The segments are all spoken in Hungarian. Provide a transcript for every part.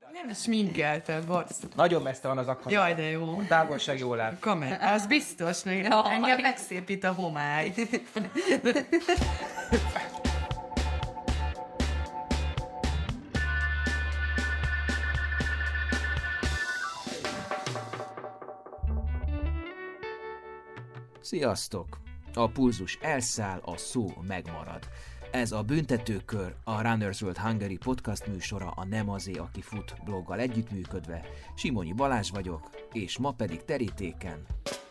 Nem sminkeltem, basz. Nagyon messze van az akad. Jaj, de jó. Távolság jól áll. Kamer, az biztos, hogy engem megszépít a homály. Sziasztok! A pulzus elszáll, a szó megmarad. Ez a Büntetőkör, a Runners World Hungary podcast műsora a Nem azé, aki fut bloggal együttműködve. Simonyi Balázs vagyok, és ma pedig terítéken.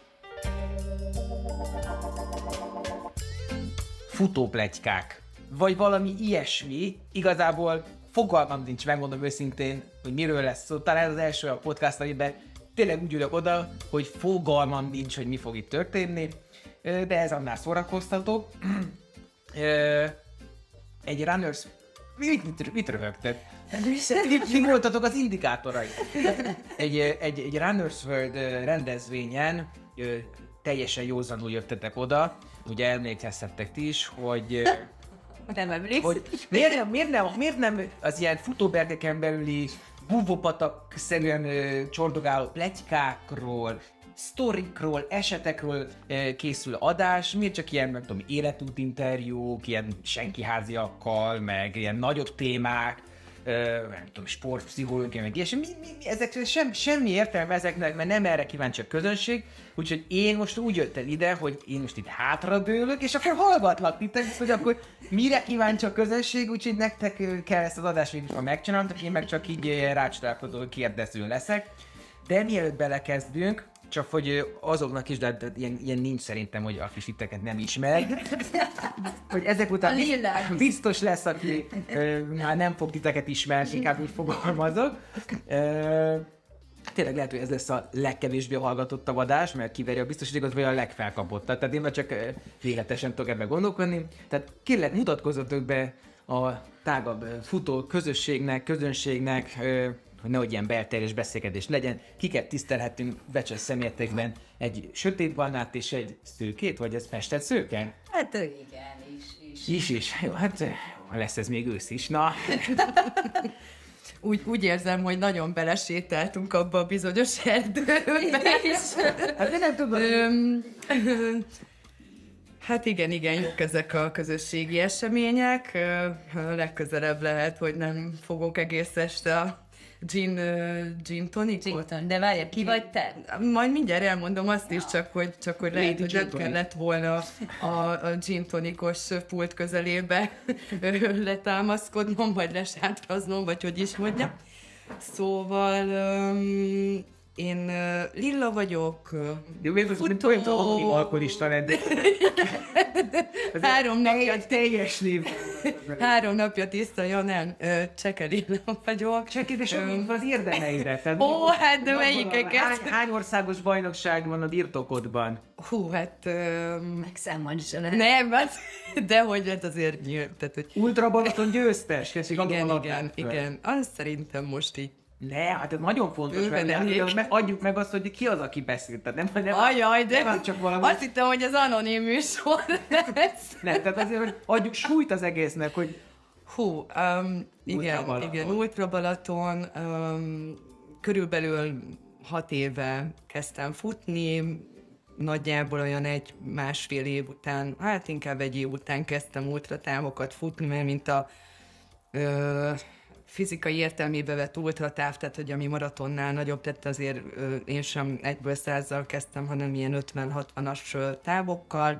Futópletykák. Vagy valami ilyesmi. Igazából fogalmam nincs, megmondom őszintén, hogy miről lesz szó. Talán ez az első a podcast, amiben tényleg úgy ülök oda, hogy fogalmam nincs, hogy mi fog itt történni. De ez annál szórakoztató. Egy runners... Mit röhögted? Mi voltatok az indikátorai? Egy Runners World rendezvényen teljesen józanul jöttetek oda. Ugye emlékeztettek ti is, hogy... Nem emlékszem. Hogy miért nem az ilyen futóbergeken belüli búvópatak-szerűen csordogáló pletykákról, sztorikról, esetekről készül adás, miért csak ilyen, nem tudom, életútinterjúk, ilyen senkiháziakkal, meg ilyen nagyobb témák, nem tudom, sportpszichológia, meg ilyesmi, ezek semmi értelme ezeknek, mert nem erre kíváncsi a közönség, úgyhogy én most úgy jöttem ide, hogy én most itt hátradőlök, és akkor hallgatlak titeket, hogy akkor mire kíváncsi a közönség, úgyhogy nektek kell ezt az adást végül is megcsinálni, én meg csak így rácsodálkozó kérdező leszek. De mielőtt belekezdünk, csak hogy azoknak is, de ilyen nincs szerintem, hogy a kisiteket nem ismerek, hogy ezek után biztos lesz, aki nem fog titeket ismerni, inkább úgy fogalmazok. Tényleg lehet, hogy ez lesz a legkevésbé hallgatottabb adás, mert kiveri a biztosítékot, vagy a legfelkapottat. Tehát én már csak végletesen tudok ebben gondolkodni. Tehát kérlek, mutatkozzatok be a tágabb futó közönségnek, hogy nehogy ilyen belterjes beszélgetés legyen. Kiket tisztelhetünk becses személyetekben? Egy sötétbarnát és egy szőkét? Vagy ez festett szőke? Hát igen, is. Is. Jó, hát lesz ez még ősz is. Na. Úgy érzem, hogy nagyon belesétáltunk abba a bizonyos erdőbe. Hát de nem tudom. Hát igen, jók ezek a közösségi események. Legközelebb lehet, hogy nem fogok egész este a gin tonicot. De várjál, ki vagy te? Majd mindjárt elmondom azt is, csak hogy lehet, hogy nem kellett volna a gin tonicos pult közelébe letámaszkodnom, vagy lesátraznom, vagy hogy is mondjam. Szóval én Lilla vagyok. Jó, miért olyan alkoholista lenni? 3 napja teljes név. 3 napja tiszta, nem, Cseke Lilla vagyok. Cseke, de sok az érdemeire. Hát de melyikeket? Hány országos bajnokság van a birtokodban? Hú, hát... Megszámolni se lehet. Nem, de hogy hát azért tehát, hogy... Ultra Balaton győztes? Igen. Azt szerintem most így. Ne, hát ez nagyon fontos, mert adjuk meg azt, hogy ki az, aki beszélt. Tehát nem Ajaj, de nem csak valami... Azt hittem, hogy az anonim műsor lesz. Nem, tehát azért, hogy adjuk súlyt az egésznek, hogy... Igen, Ultra Balaton. Körülbelül 6 éve kezdtem futni, nagyjából olyan 1-1,5 év után, hát inkább 1 év után kezdtem ultratávokat futni, mert mint a fizikai értelmébe vett ultratáv, tehát hogy ami maratonnál nagyobb, tehát azért én sem 1-ből 100-zal kezdtem, hanem ilyen 50-60-as távokkal.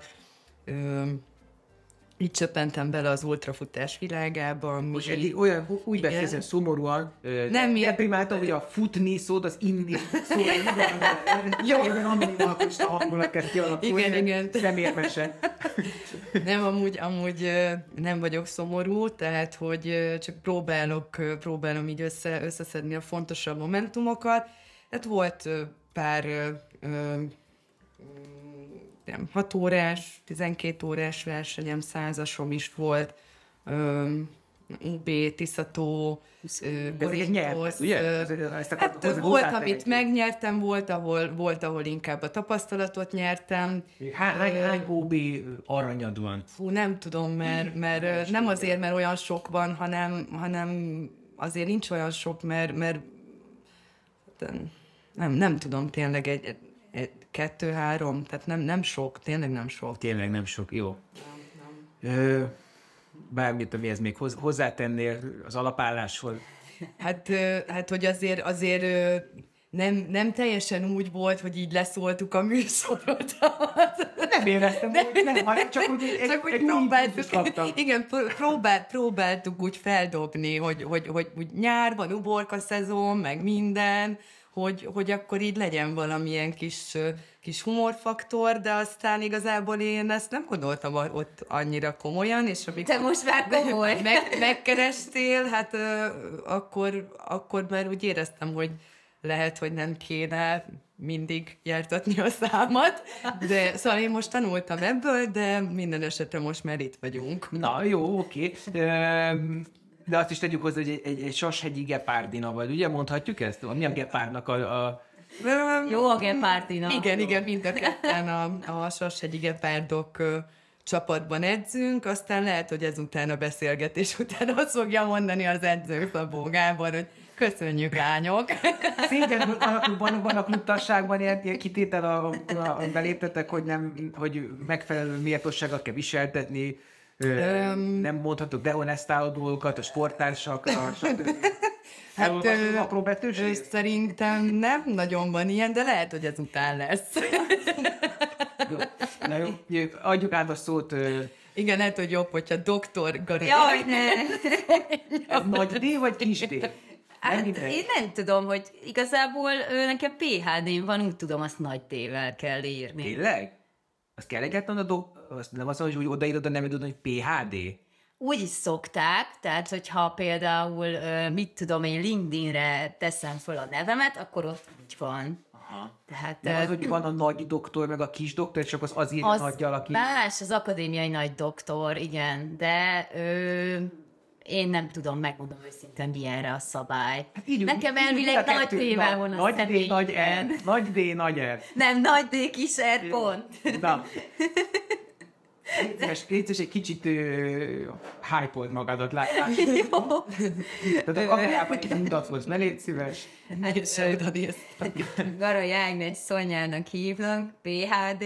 Így csöppentem bele az ultrafutás világába. Most eddig olyan, úgy beszélsz szomorúan, nem deprimáltam, hogy a futni szót, az inni szó, jó, hogy a hangulat kezd kialakulni, igen. szemérmesen. Nem, amúgy nem vagyok szomorú, tehát hogy csak próbálom így összeszedni a fontosabb momentumokat. Tehát volt pár 6 órás, 12 órás versenyem, 100-asom is volt, UB, Tiszató, Borítósz. Hát volt, amit megnyertem, volt, ahol inkább a tapasztalatot nyertem. Hány UB aranyad van? Nem tudom, mert nem azért, mert olyan sok van, hanem azért nincs olyan sok, mert nem tudom, tényleg egy 2-3, tehát nem sok, tényleg nem sok. Tényleg nem sok, jó. Bármit, amihez még hozzátennél az alapálláshoz? Hát hogy azért nem teljesen úgy volt, hogy így leszóltuk a műsorot. Nem éreztem, hogy nem, hanem csak úgy próbáltuk úgy feldobni, hogy úgy nyár van, uborka szezon, meg minden, hogy akkor így legyen valamilyen kis humorfaktor, de aztán igazából én ezt nem gondoltam ott annyira komolyan, és amikor te most már komoly. megkerestél, hát akkor már úgy éreztem, hogy lehet, hogy nem kéne mindig jártatni a számat, de szóval én most tanultam ebből, de minden esetre most már itt vagyunk. Na, jó, oké. De azt is tegyük hozzá, hogy egy Sashegyi gepárdina vagy, ugye mondhatjuk ezt? Mi a gepárdnak a... Jó a gepárdina. Igen, mind a ketten a Sashegyi gepárdok csapatban edzünk, aztán lehet, hogy ezután a beszélgetés után azt fogja mondani az edző Szabó Gábor, hogy köszönjük, lányok! Szégyen van a klubtagságban ilyen kitétel, beléptetek, hogy megfelelő méltósággal kell viseltetni, nem mondhatok dehonestáló dolgokat a sporttársakra, Hát szerintem nem nagyon van ilyen, de lehet, hogy ezután lesz. Jó. Na jó, adjuk át a szót. Igen, lehet, hogy jobb, hogyha doktor Gari. Jaj, ne! Ez nagy D vagy kis D? Hát, én nem tudom, hogy igazából nekem PHD-n van, úgy tudom, azt nagy D-vel kell írni. Tényleg? Azt kell egyáltalán nem azt mondom, hogy úgy odaírod, de nem tudod, hogy PHD? Úgy is szokták, tehát hogyha például, mit tudom én, LinkedInre teszem föl a nevemet, akkor ott úgy van. Aha. Tehát, nem az, hogy van a nagy doktor, meg a kis doktor, csak az írja nagyjal, aki... Más, az akadémiai nagy doktor, igen, de én nem tudom, megmondom őszintén, milyenre a szabály. Hát nekem elvileg nagy D-vel van a nagy D, nagy R. Nagy D, nagy R. Nem, nagy D, kis R, pont. Na. Légy egy kicsit hype-old magadat, látás. Jó. Tehát a kamerában kicsit mutatkozz, ne légy szíves. Garai Ágnes Szonyának hívnak, PHD.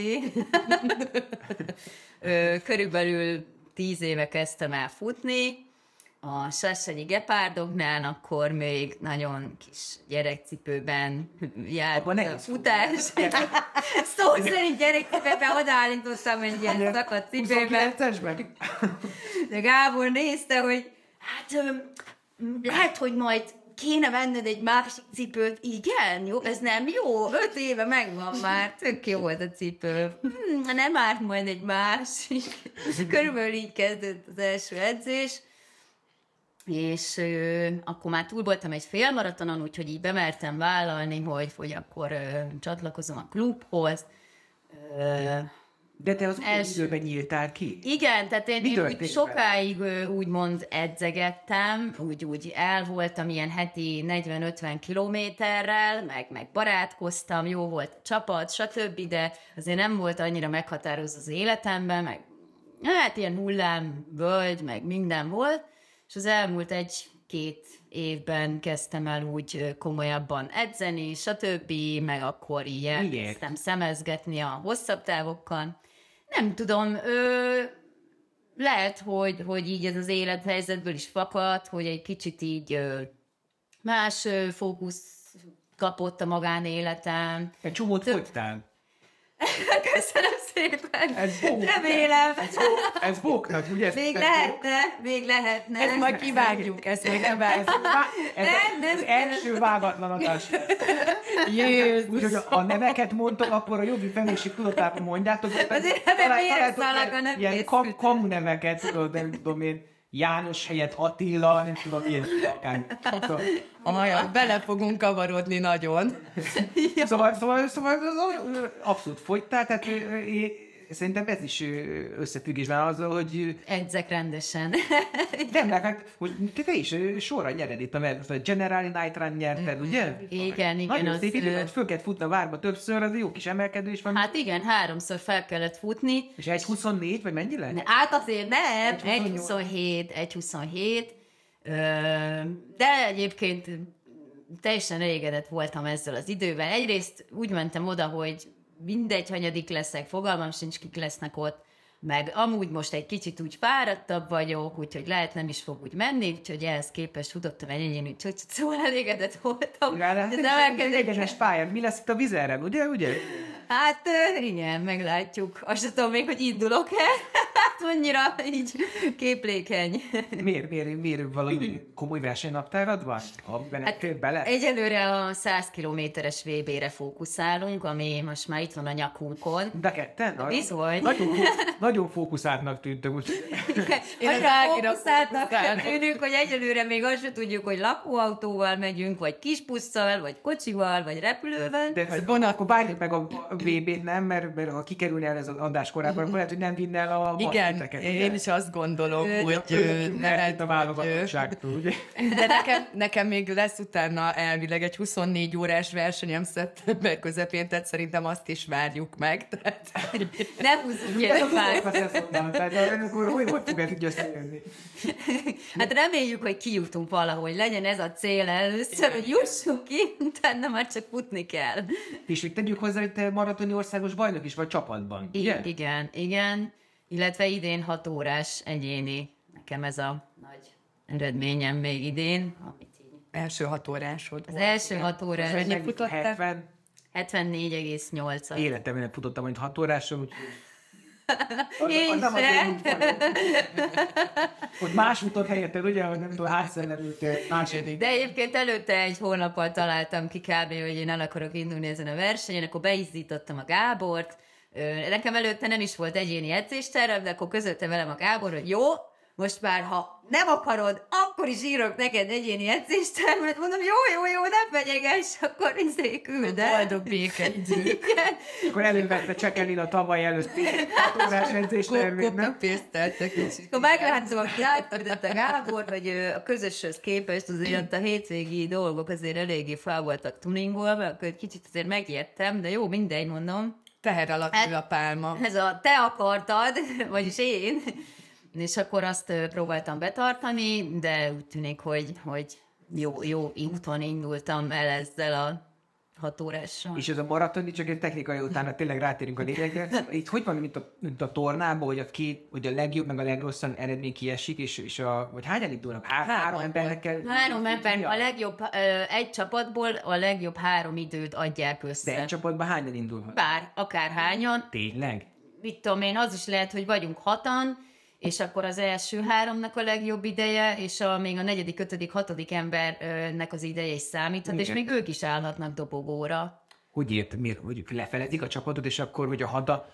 Körülbelül 10 éve kezdtem el futni. A Sashegyi gepárdoknál akkor még nagyon kis gyerekcipőben járt a futás. Szó szerint gyerekcipőben odaállítottam egy ilyen szakadt cipőben. De Gábor nézte, hogy hát lehet, hogy majd kéne venned egy másik cipőt. Igen, jó, ez nem jó, 5 éve megvan már, tök jó volt a cipő. Nem árt majd egy másik. Körülbelül így kezdett az első edzés. És akkor már túl voltam egy félmaratonon, úgyhogy így bemertem vállalni, hogy akkor csatlakozom a klubhoz. De te az időben nyíltál ki? Igen, tehát én úgy sokáig úgymond edzegettem, úgy el voltam ilyen heti 40-50 kilométerrel, meg barátkoztam, jó volt a csapat, stb., de azért nem volt annyira meghatározó az életemben, meg hát ilyen hullám, völgy, meg minden volt. És az elmúlt 1-2 évben kezdtem el úgy komolyabban edzeni, stb., meg akkor így elkezdtem szemezgetni a hosszabb távokkal. Nem tudom, lehet, hogy így ez az élethelyzetből is fakad, hogy egy kicsit így más fókusz kapott a magánéletem. Egy csomót fogytál. Köszönöm szépen. Remélem. Ez bóknak, ugye? Még lehetne. Ezt majd kivágjuk, ezt még nem vágjuk. Ez az első vágatlan adás. Úgyhogy ha neveket mondtok, akkor a jogi felelősség tudatában mondjátok. Azért miért szállak a nevét? Ilyen kamu neveket, tudod, nem tudom én. János helyett Attila, nem tudom, ilyen. Bele fogunk kavarodni nagyon. Szóval abszolút fogytál, tehát szerintem ez is összefüggésben azzal, hogy... Edzek rendesen. Nem, hát, hogy te is sorra nyered itt, mert a Generali Night Run nyerted, ugye? Igen. Nagyon szép idő, hogy föl kellett futni a várba többször, az jó kis emelkedés van. Hát igen, 3-szor fel kellett futni. És 1.24, vagy mennyi lett? Hát azért nem, 1.27. De egyébként teljesen elégedett voltam ezzel az idővel. Egyrészt úgy mentem oda, hogy mindegy, hanyadik leszek, fogalmam sincs, kik lesznek ott, meg amúgy most egy kicsit úgy fáradtabb vagyok, úgyhogy lehet nem is fog úgy menni, úgyhogy ehhez képest futottam egy egyéni csúcsot, szóval elégedett voltam. De egy egyenes pályán, mi lesz itt a vizerrel, ugye? Hát igen, meglátjuk. Azt sem tudom még, hogy indulok-e. Hát annyira így képlékeny. Miért valami komoly versenynaptárad van? Hát bele? Egyelőre a 100 kilométeres VB-re fókuszálunk, ami most már itt van a nyakunkon. De ketten? Bizony. Nagyon fókuszáltnak tűntök. Fókuszáltnak tűnünk, hogy egyelőre még azt sem tudjuk, hogy lakóautóval megyünk, vagy kisbusszal, vagy kocsival, vagy repülővel. De akkor várjuk meg a VB-t, nem? Mert ha kikerülne el ez az adás korábban, akkor lehet, hogy nem vinne el a igen, én is azt gondolom, hogy lehet a válogatottságtól, ugye? De nekem még lesz utána elvileg egy 24 órás versenyem szeptember közepén, tehát szerintem azt is várjuk meg. Nem húzzuk ilyen tehát akkor hogy fog ez így összejönni? Hát reméljük, hogy kijutunk valahogy. Legyen ez a cél először, hogy jussunk ki, utána már csak futni kell. És még tegyük hozzá, hogy te maratoni országos bajnok is vagy csapatban, ugye? Igen. Illetve idén 6 órás egyéni. Nekem ez a nagy eredményem még idén. Első 6 órásod. Az első 6 órás. Mennyi futottál? 74,8. Életemben nem futottam, mint 6 óráson, úgyhogy... Én sem. Hogy más futott helyetted, ugye, hogy nem tudom, hátszerelőtt második. De egyébként előtte egy hónappal találtam ki kb., hogy én el akarok indulni ezen a versenyen, akkor beizzítottam a Gábort. Nekem előtte nem is volt egyéni edzéstervem, de akkor közölte velem a Gábor, hogy jó, most már ha nem akarod, akkor is írok neked egyéni edzéstervet, mondom, jó, nem fenyeges, akkor küldem. Boldog békeidő. Akkor elővette Csekelin a tavaly előtti 6 órás edzéstervét, Koptak pészteltek is. Akkor meglátszom, aki átadott a Gábor, hogy a közöshöz képest azért a hétvégi dolgok azért eléggé fel voltak tuningolva, akkor kicsit azért megijedtem, de jó, mindegy, mondom. Teher alatt ül a pálma. Ez a te akartad, vagyis én, és akkor azt próbáltam betartani, de úgy tűnik, hogy jó úton indultam el ezzel a 6 órással. És ez a maratoni, csak egy technikai utána tényleg rátérünk a lényegre. Itt hogy van, mint a tornában, hogy a legjobb, meg a legrosszabb eredmény kiesik, vagy hányan indulnak? 3 embernek kell... 3 ember, a legjobb, egy csapatból a legjobb 3 időt adják össze. De egy csapatban hányan indulnak? Bár, akár hányan. Tényleg? Mit tudom én, az is lehet, hogy vagyunk 6-an, és akkor az első 3-nak a legjobb ideje, és még a 4., 5., 6. embernek az ideje is számíthat, és még ők is állhatnak dobogóra. Hogy érted? Miért? Hogy lefeledik a csapatot, és akkor, hogy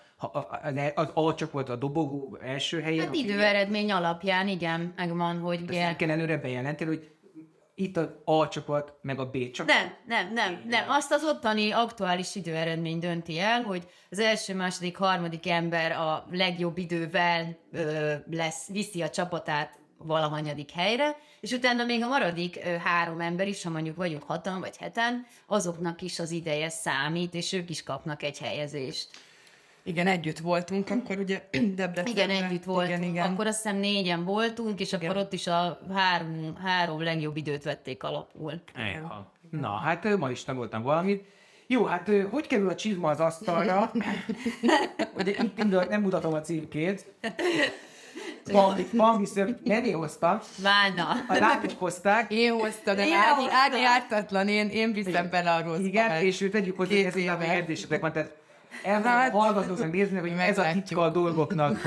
az A csoport a dobogó első helyen? Hát időeredmény alapján, igen, megvan, hogy... Ezt kell előre bejelenteni, hogy itt az A csapat, meg a B csapat. Nem. Azt az ottani aktuális időeredmény dönti el, hogy az első, második, harmadik ember a legjobb idővel viszi a csapatát valahanyadik helyre, és utána még a maradék 3 ember is, ha mondjuk vagyunk 6-an vagy 7-en, azoknak is az ideje számít, és ők is kapnak egy helyezést. Igen, együtt voltunk, akkor ugye Debrecenben. Igen, együtt voltunk. Igen. Akkor azt hiszem 4-en voltunk, és akkor ott is a 3 legjobb időt vették alapul. Na, hát ma is tanultam valamit. Jó, hát hogy kerül a csizma az asztalra? Ugye itt nem mutatom a címkét. Van viszont, nem hoztam. Válna. A látok hozták. Én hoztam, de Ági ártatlan, én viszem bele a rossz. Igen, és tegyük hozzá, hogy ez a kérdéseknek van, tehát hallgatóknak nézni, hogy ez a titka a dolgoknak.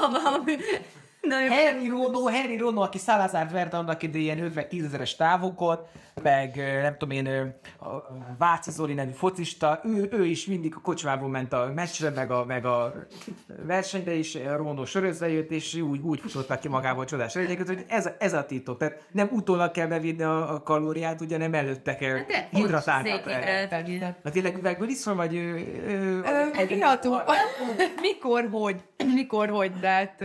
Harry Rono, aki Salazar verte annak idején 50-10 000-es távokat, meg nem tudom én, Váci Zoli nevű focista, ő is mindig a kocsmából ment a meccsre, meg a versenyre is, Rono sörözve és úgy futottak ki magával a csodás eredményeket, hogy ez a titok. Tehát nem utólag kell bevinni a kalóriát, ugye nem előtte kell hidratálni. Hát tényleg üvegből iszol, vagy... Mikor, hogy, de hát...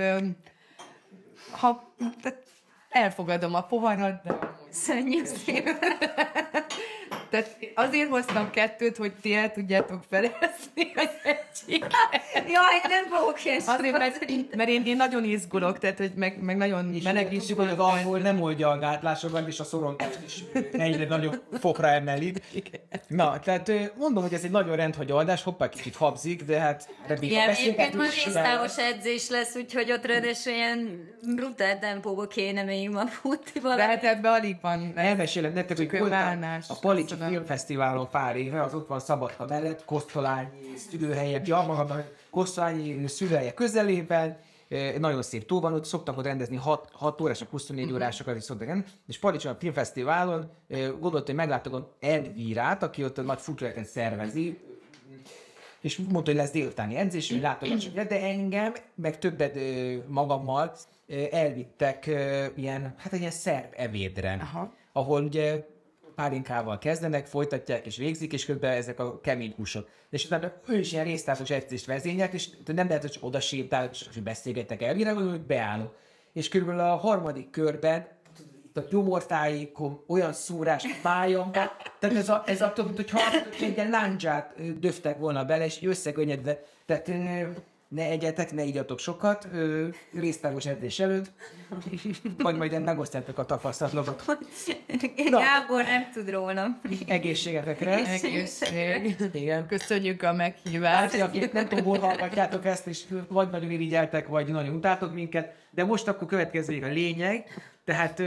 elfogadom a poharat, de... Szönnyű szépen. Tehát azért hoztam 2, hogy ti el tudjátok felezni. Jaj, nem fogok én Azért, mert én nagyon izgulok, tehát hogy meg nagyon meleg is hogy ahol nem oldja a gátlásokat, és a szorongást is egyre nagyobb fokra emeli. Na, tehát mondom, hogy ez egy nagyon rendhagyó adás, hoppá, kicsit habzik, de hát... Igen, egyébként már résztávos edzés lesz, úgyhogy ott ráadásul ilyen brutál tempóba kéne még ma futni De valami. hát ebbe alig van. Elmesélem nektek, hogy voltam Kőválnás. a Palicsi Filmfesztiválon pár éve, az ott van Szabadka mellett, Kosztolányi szülőhelye, Gyarmatban, Kosztolányi szülőhelye közelében, nagyon szép tó van, ott szoktak ott rendezni 6 órások, 24 órásokat is szoktak rendezni, és Palicson a Filmfesztiválon gondolt, hogy meglátogat Elvírát, aki ott a nagy futóeket szervezi, és mondta, hogy lesz délutáni edzés, hogy látogassuk, de engem, meg többet magammal elvittek ilyen, hát egy ilyen szerb ebédre, ahol ugye pálinkával kezdenek, folytatják és végzik, és közben ezek a kemény húsok. És utána ő is ilyen résztávos edzést vezényelt, és nem lehet, hogy csak oda sétál, és beszélgettek Elvire, hogy beállok. És körülbelül a harmadik körben itt a gyomortájékon olyan szúrás fájam, tehát ez a hogyha egy ilyen lándzsát döftek volna bele, és összekönnyedve, tehát ne egyetek, ne igyatok sokat, résztávos edzés előtt, majd megosztjátok a tapasztalatokat. Gábor nem tud róla. Egészségetekre. Egészség. Igen. Köszönjük a meghívást. Hát, akik nem tudom, hol hallgatjátok ezt, és vagy nagyon irigyeltek, vagy nagyon utáltok minket, de most akkor következik a lényeg. Tehát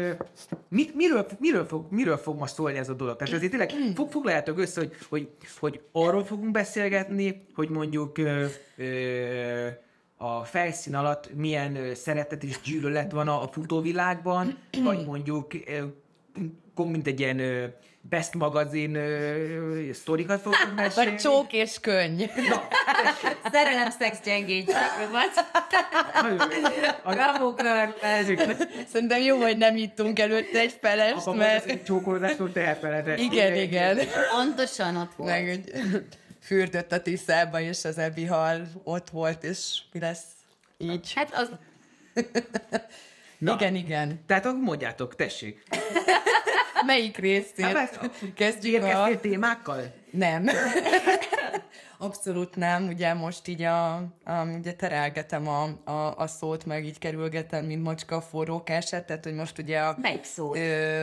miről fog ma szólni ez a dolog? Tehát azért tényleg foglaljátok össze, hogy arról fogunk beszélgetni, hogy mondjuk a felszín alatt milyen szeretet és gyűlölet van a futóvilágban, vagy mondjuk mint egy ilyen Best magazin sztorikat fogunk mesélni. Vagy csók és könny. Szerelem, szex, gyengétség. Bravo, Szerintem jó, hogy nem ittunk előtte egy felest, mert... Mert... Csókolódástól teherfeledre. Igen. Pontosan ott volt. Meg hogy fürdött a Tiszába, és az Ebi hal ott volt, és mi lesz így. Hát az... Igen. Tehát akkor mondjátok, tessék. Melyik részét? Kezdjük Érkeztél témákkal? Nem. Abszolút nem. Ugye most így ugye terelgetem a szót, meg így kerülgetem, mint macska a forrókását, tehát hogy most ugye a... Melyik szót?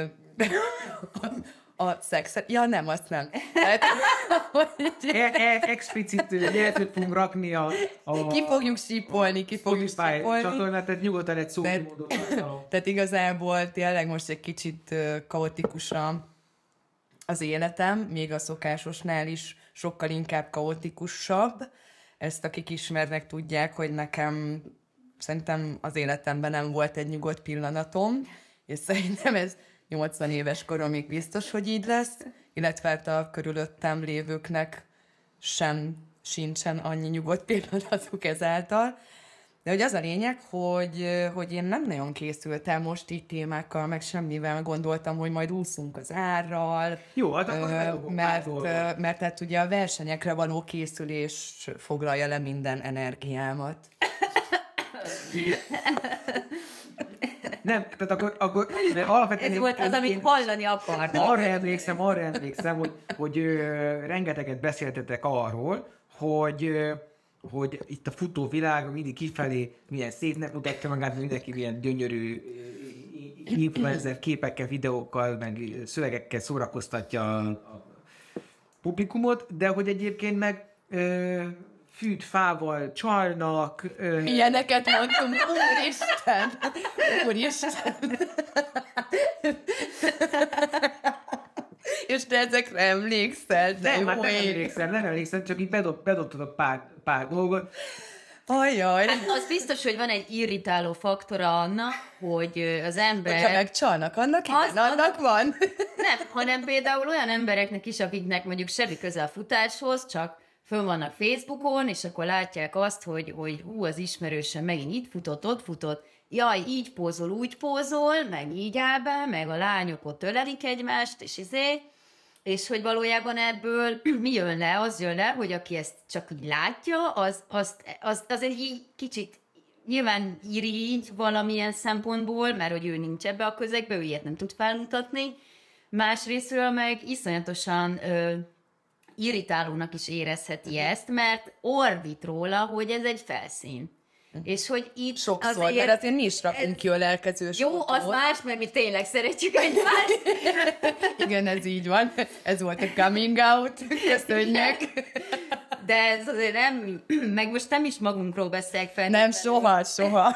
A szexet. Ja, nem, azt nem. Tehát, Explicit nyelvet fogunk rakni a ki fogjuk sípolni. csatornát, tehát nyugodtan egy szókimódot. Tehát igazából tényleg most egy kicsit kaotikus az életem, még a szokásosnál is sokkal inkább kaotikusabb. Ezt akik ismernek tudják, hogy nekem szerintem az életemben nem volt egy nyugodt pillanatom, és szerintem ez 80 éves koromig biztos, hogy így lesz, illetve hát a körülöttem lévőknek sincsen annyi nyugodt pillanatuk ezáltal. De hogy az a lényeg, hogy én nem nagyon készültem most így témákkal, meg semmivel, gondoltam, hogy majd úszunk az árral, Jó, hát mert hát ugye a versenyekre való készülés foglalja le minden energiámat. Nem, tehát akkor alapvetően... Ez volt az, amit hallani akartam. Arra emlékszem, hogy rengeteget beszéltetek arról, hogy itt a futóvilág mindig kifelé milyen szépnek mutatja magát, mindenki milyen gyönyörű influencer képekkel, videókkal, meg szövegekkel szórakoztatja a publikumot, de hogy egyébként meg fűt fával csalnak. Ilyeneket mondtunk, úristen! És te ezekre emlékszel? Nem emlékszem, csak így bedobtad a pár dolgot. Ajjaj! Az biztos, hogy van egy irritáló faktora annak, hogy az ember... Hogyha megcsalnak, annak van. Nem, hanem például olyan embereknek is, akiknek mondjuk semmi köze a futáshoz, csak fönn vannak Facebookon, és akkor látják azt, hogy hú, az ismerősen megint itt futott, ott futott, jaj, így pózol, úgy pózol, meg így áll be, meg a lányok ott ölelik egymást, és hogy valójában ebből mi jön le? Az jön le, hogy aki ezt csak így látja, az egy kicsit nyilván irigy valamilyen szempontból, mert hogy ő nincs ebbe a közegbe, ő ilyet nem tud felmutatni. Másrésztről meg iszonyatosan irritálónak is érezheti ezt, mert ordít róla, hogy ez egy felszín. És hogy itt sokszor, azért, mert azért mi is rakunk ki a lelkezős jó, fotót. az más, mert mi tényleg szeretjük egymást. Igen, ez így van. Ez volt a coming out. Köszönjük. De ez azért nem, meg most nem is magunkról beszélek fel. Nem, soha.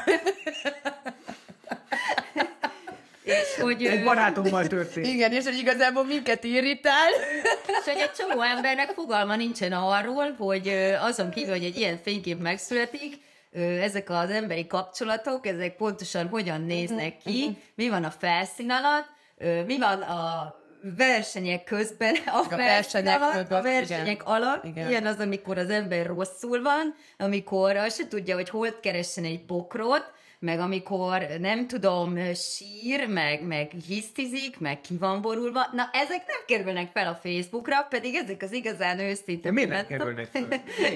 És hogy, egy barátommal történt. Igen, és hogy igazából minket irritál. És hogy egy csomó embernek fogalma nincsen arról, hogy azon kívül, hogy egy ilyen fénykép megszületik, ezek az emberi kapcsolatok, ezek pontosan hogyan néznek ki, mi van a felszín alatt, mi van a versenyek közben, a versenyek alatt, igen. Ilyen az, amikor az ember rosszul van, amikor azt se tudja, hogy hol keressen egy pokrot, meg amikor, nem tudom, sír, meg hisztizik, meg ki van borulva. Na, ezek nem kerülnek fel a Facebookra, pedig ezek az igazán őszinte. Miért nem kerülnek fel?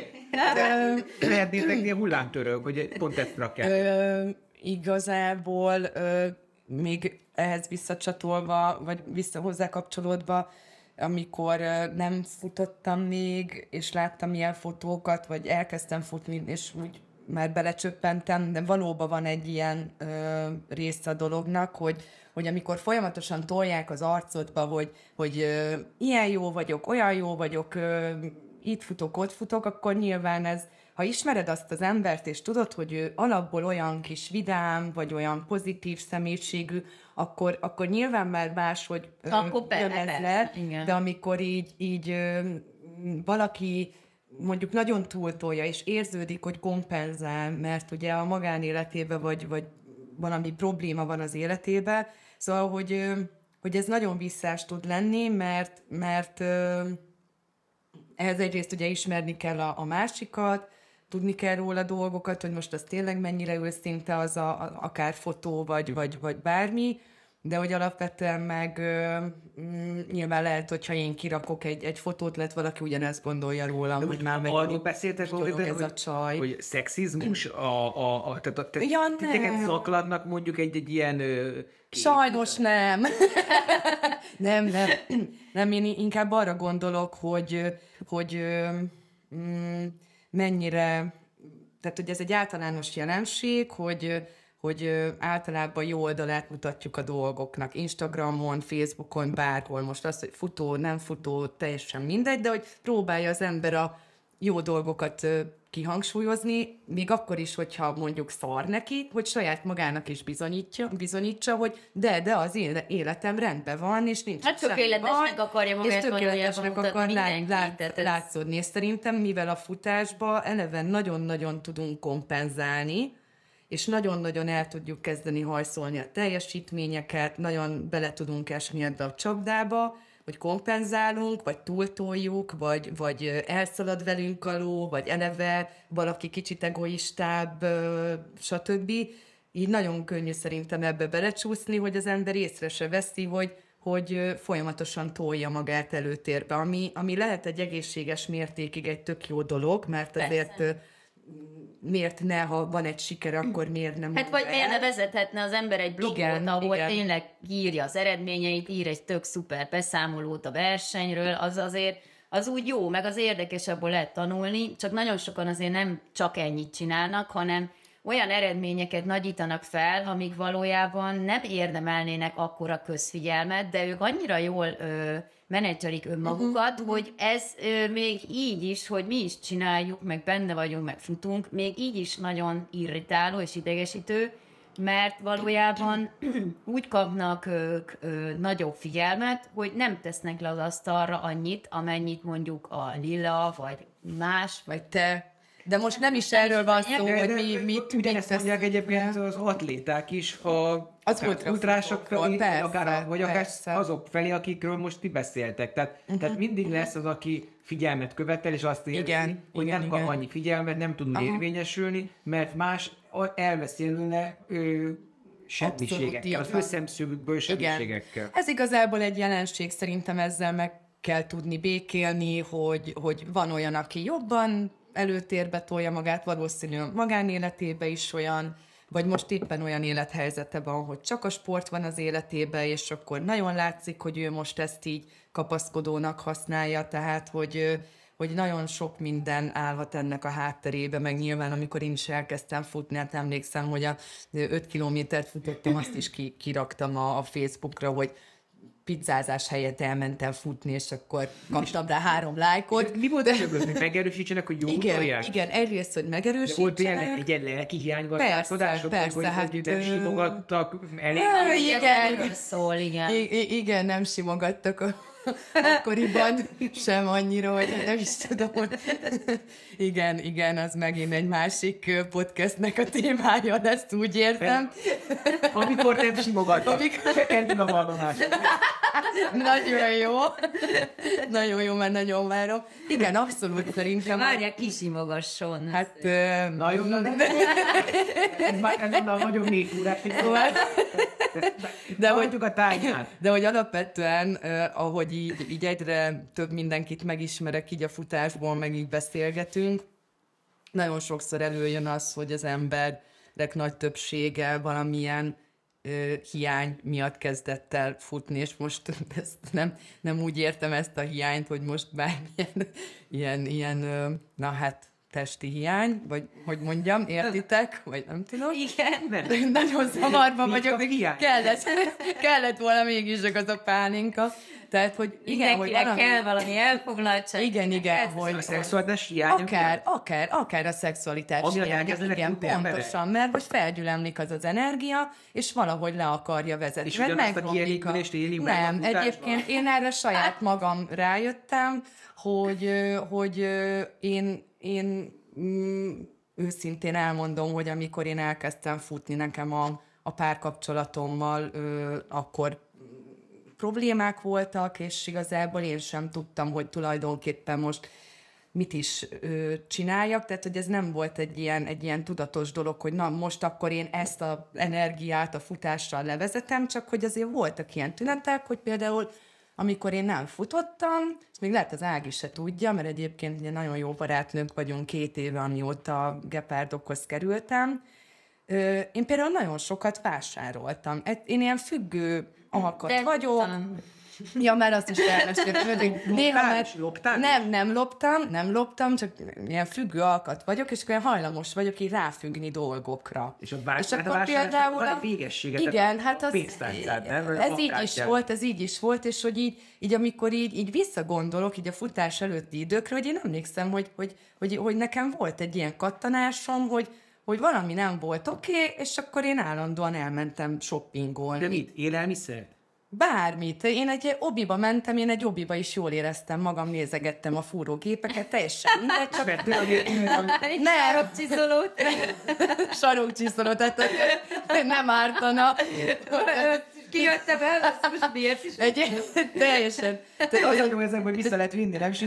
Lehetnétek ilyen hullámtörők, hogy pont ezt rakják. Igazából még ehhez visszacsatolva, vagy hozzá kapcsolódva, amikor nem futottam még, és láttam ilyen fotókat, vagy elkezdtem futni, és úgy már belecsöppentem, de valóban van egy ilyen része a dolognak, hogy amikor folyamatosan tolják az arcodba, hogy ilyen jó vagyok, olyan jó vagyok, itt futok, ott futok, akkor nyilván ez, ha ismered azt az embert, és tudod, hogy ő alapból olyan kis vidám, vagy olyan pozitív személyiségű, akkor nyilván már máshogy jön ez le, de amikor így valaki mondjuk nagyon túltolja, és érződik, hogy kompenzál, mert ugye a magánéletében vagy valami probléma van az életében, szóval, hogy ez nagyon visszás tud lenni, mert ehhez egyrészt ugye ismerni kell a másikat, tudni kell róla dolgokat, hogy most az tényleg mennyire őszinte az akár fotó, vagy bármi, de hogy alapvetően meg nyilván lehet, hogyha én kirakok egy fotót, lehet valaki ugyanezt gondolja rólam, hogy már meg arról beszéltek, ez a csaj. Hogy szexizmus, ja, titeket szakladnak mondjuk egy ilyen... Sajnos nem. nem, én inkább arra gondolok, hogy mennyire, tehát hogy ez egy általános jelenség, hogy általában jó oldalát mutatjuk a dolgoknak. Instagramon, Facebookon, bárhol. Most az, hogy futó, nem futó, teljesen mindegy, de hogy próbálja az ember a jó dolgokat kihangsúlyozni, még akkor is, hogyha mondjuk szar neki, hogy saját magának is bizonyítsa, hogy de az életem rendben van, és nincs hát tökéletesnek akarja magát, és tökéletesnek akar látszódni. És szerintem, mivel a futásba eleve nagyon-nagyon tudunk kompenzálni, és nagyon-nagyon el tudjuk kezdeni hajszolni a teljesítményeket, nagyon bele tudunk esni ebbe a csapdába, hogy kompenzálunk, vagy túltoljuk, vagy elszalad velünk a ló, vagy eleve valaki kicsit egoistább, stb. Így nagyon könnyű szerintem ebbe belecsúszni, hogy az ember észre se veszi, hogy folyamatosan tolja magát előtérbe, ami lehet egy egészséges mértékig egy tök jó dolog, mert azért miért ne, ha van egy siker, akkor miért nem? Hát vagy miért ne vezethetne az ember egy blogot, ahol tényleg írja az eredményeit, ír egy tök szuper beszámolót a versenyről, az azért, az úgy jó, meg az érdekes, abból lehet tanulni, csak nagyon sokan azért nem csak ennyit csinálnak, hanem olyan eredményeket nagyítanak fel, amik valójában nem érdemelnének akkora közfigyelmet, de ők annyira jól menedzselik önmagukat, hogy ez még így is, hogy mi is csináljuk, meg benne vagyunk, meg futunk, még így is nagyon irritáló és idegesítő, mert valójában úgy kapnak ők nagyobb figyelmet, hogy nem tesznek le az asztalra annyit, amennyit mondjuk a Lilla, vagy más, vagy te. De most nem is erről van szó, hogy mi ugyanezt mondják egyébként az atléták is, az ultrások felé, akár azok felé, akikről most ti beszéltek. Tehát mindig lesz az, aki figyelmet követel, és azt érzi, hogy nem kap annyi figyelmet, nem tud érvényesülni, mert más elveszi előle semmiségekkel, az ő szemszögükből semmiségekkel. Ez igazából egy jelenség, szerintem ezzel meg kell tudni békélni, hogy van olyan, aki jobban előtérbe tolja magát, valószínűleg magánéletébe is olyan, vagy most éppen olyan élethelyzete van, hogy csak a sport van az életében, és akkor nagyon látszik, hogy ő most ezt így kapaszkodónak használja, tehát hogy nagyon sok minden állhat ennek a hátterébe, meg nyilván, amikor én is elkezdtem futni, hát emlékszem, hogy a 5 kilométert futottam, azt is kiraktam a Facebookra, hogy pizzázás helyett elmentem futni, és akkor kaptam rá 3 lájkot. Mi volt a hogy megerősítsenek, hogy jó utolják? Igen, egyrészt, hogy megerősítsenek. De volt ilyen egy lelki hiánygazdálkodás, persze, hogy nem simogattak elég. Igen, szól, igen. Igen, nem simogattak akkoriban sem annyira, hogy nem is tudom, hogy igen, az megint egy másik podcastnek a témája, de ezt úgy értem. Amikor nem simogattak. Kerül a valonás. Nagyon jó, mert nagyon várom. Igen, abszolút szerintem. Várják, kisimogasson. Hát, nagyon nagyon 4 órát. De hogy alapvetően, ahogy így egyre több mindenkit megismerek így a futásból, meg így beszélgetünk, nagyon sokszor előjön az, hogy az emberek nagy többsége valamilyen hiány miatt kezdett el futni, és most ezt nem úgy értem ezt a hiányt, hogy most bármilyen ilyen testi hiány, vagy hogy mondjam, értitek? Vagy nem tudom. Igen. Nagyon zavarban vagyok, kellett volna mégis az a pálinka. Tehát, hogy igen, hogy kell valami elfoglaltság. Igen, hogy a szexualitás hiány. Akár a szexualitás ami hiány. Igen, pontosan, mert hogy felgyülemlik az energia, és valahogy le akarja vezetni. És ugyanazt a kielégülést éli meg. Nem, egyébként én erre saját magam rájöttem, hogy én őszintén elmondom, hogy amikor én elkezdtem futni, nekem a párkapcsolatommal akkor problémák voltak, és igazából én sem tudtam, hogy tulajdonképpen most mit is csináljak, tehát hogy ez nem volt egy ilyen tudatos dolog, hogy na most akkor én ezt az energiát a futással levezetem, csak hogy azért voltak ilyen tünetek, hogy például amikor én nem futottam, és még lehet az Ági se tudja, mert egyébként ugye nagyon jó barátnők vagyunk 2 éve, amióta gepárdokhoz kerültem. Én például nagyon sokat vásároltam. Én ilyen függő alkat vagyok. Ja, már azt is elmeséltem. Néha nem loptam, csak ilyen függő alkat vagyok, és akkor hajlamos vagyok így ráfüggni dolgokra. És a vásárlásnak van egy végessége. Igen, hát az, ez így is volt, és hogy így amikor így visszagondolok így a futás előtti időkre, hogy én emlékszem, hogy nekem volt egy ilyen kattanásom, hogy valami nem volt oké, és akkor én állandóan elmentem shoppingolni. De mit? Élelmiszer? Bármit. Én egy obiba mentem, én egy obiba is jól éreztem magam, nézegettem a fúrógépeket, teljesen mindegy, csak... Sarokcsiszolót, tehát nem ártana. Kijöttem el, azt most miért is? Teljesen. Olyan jó ezek, hogy vissza lehet vinni, nem? És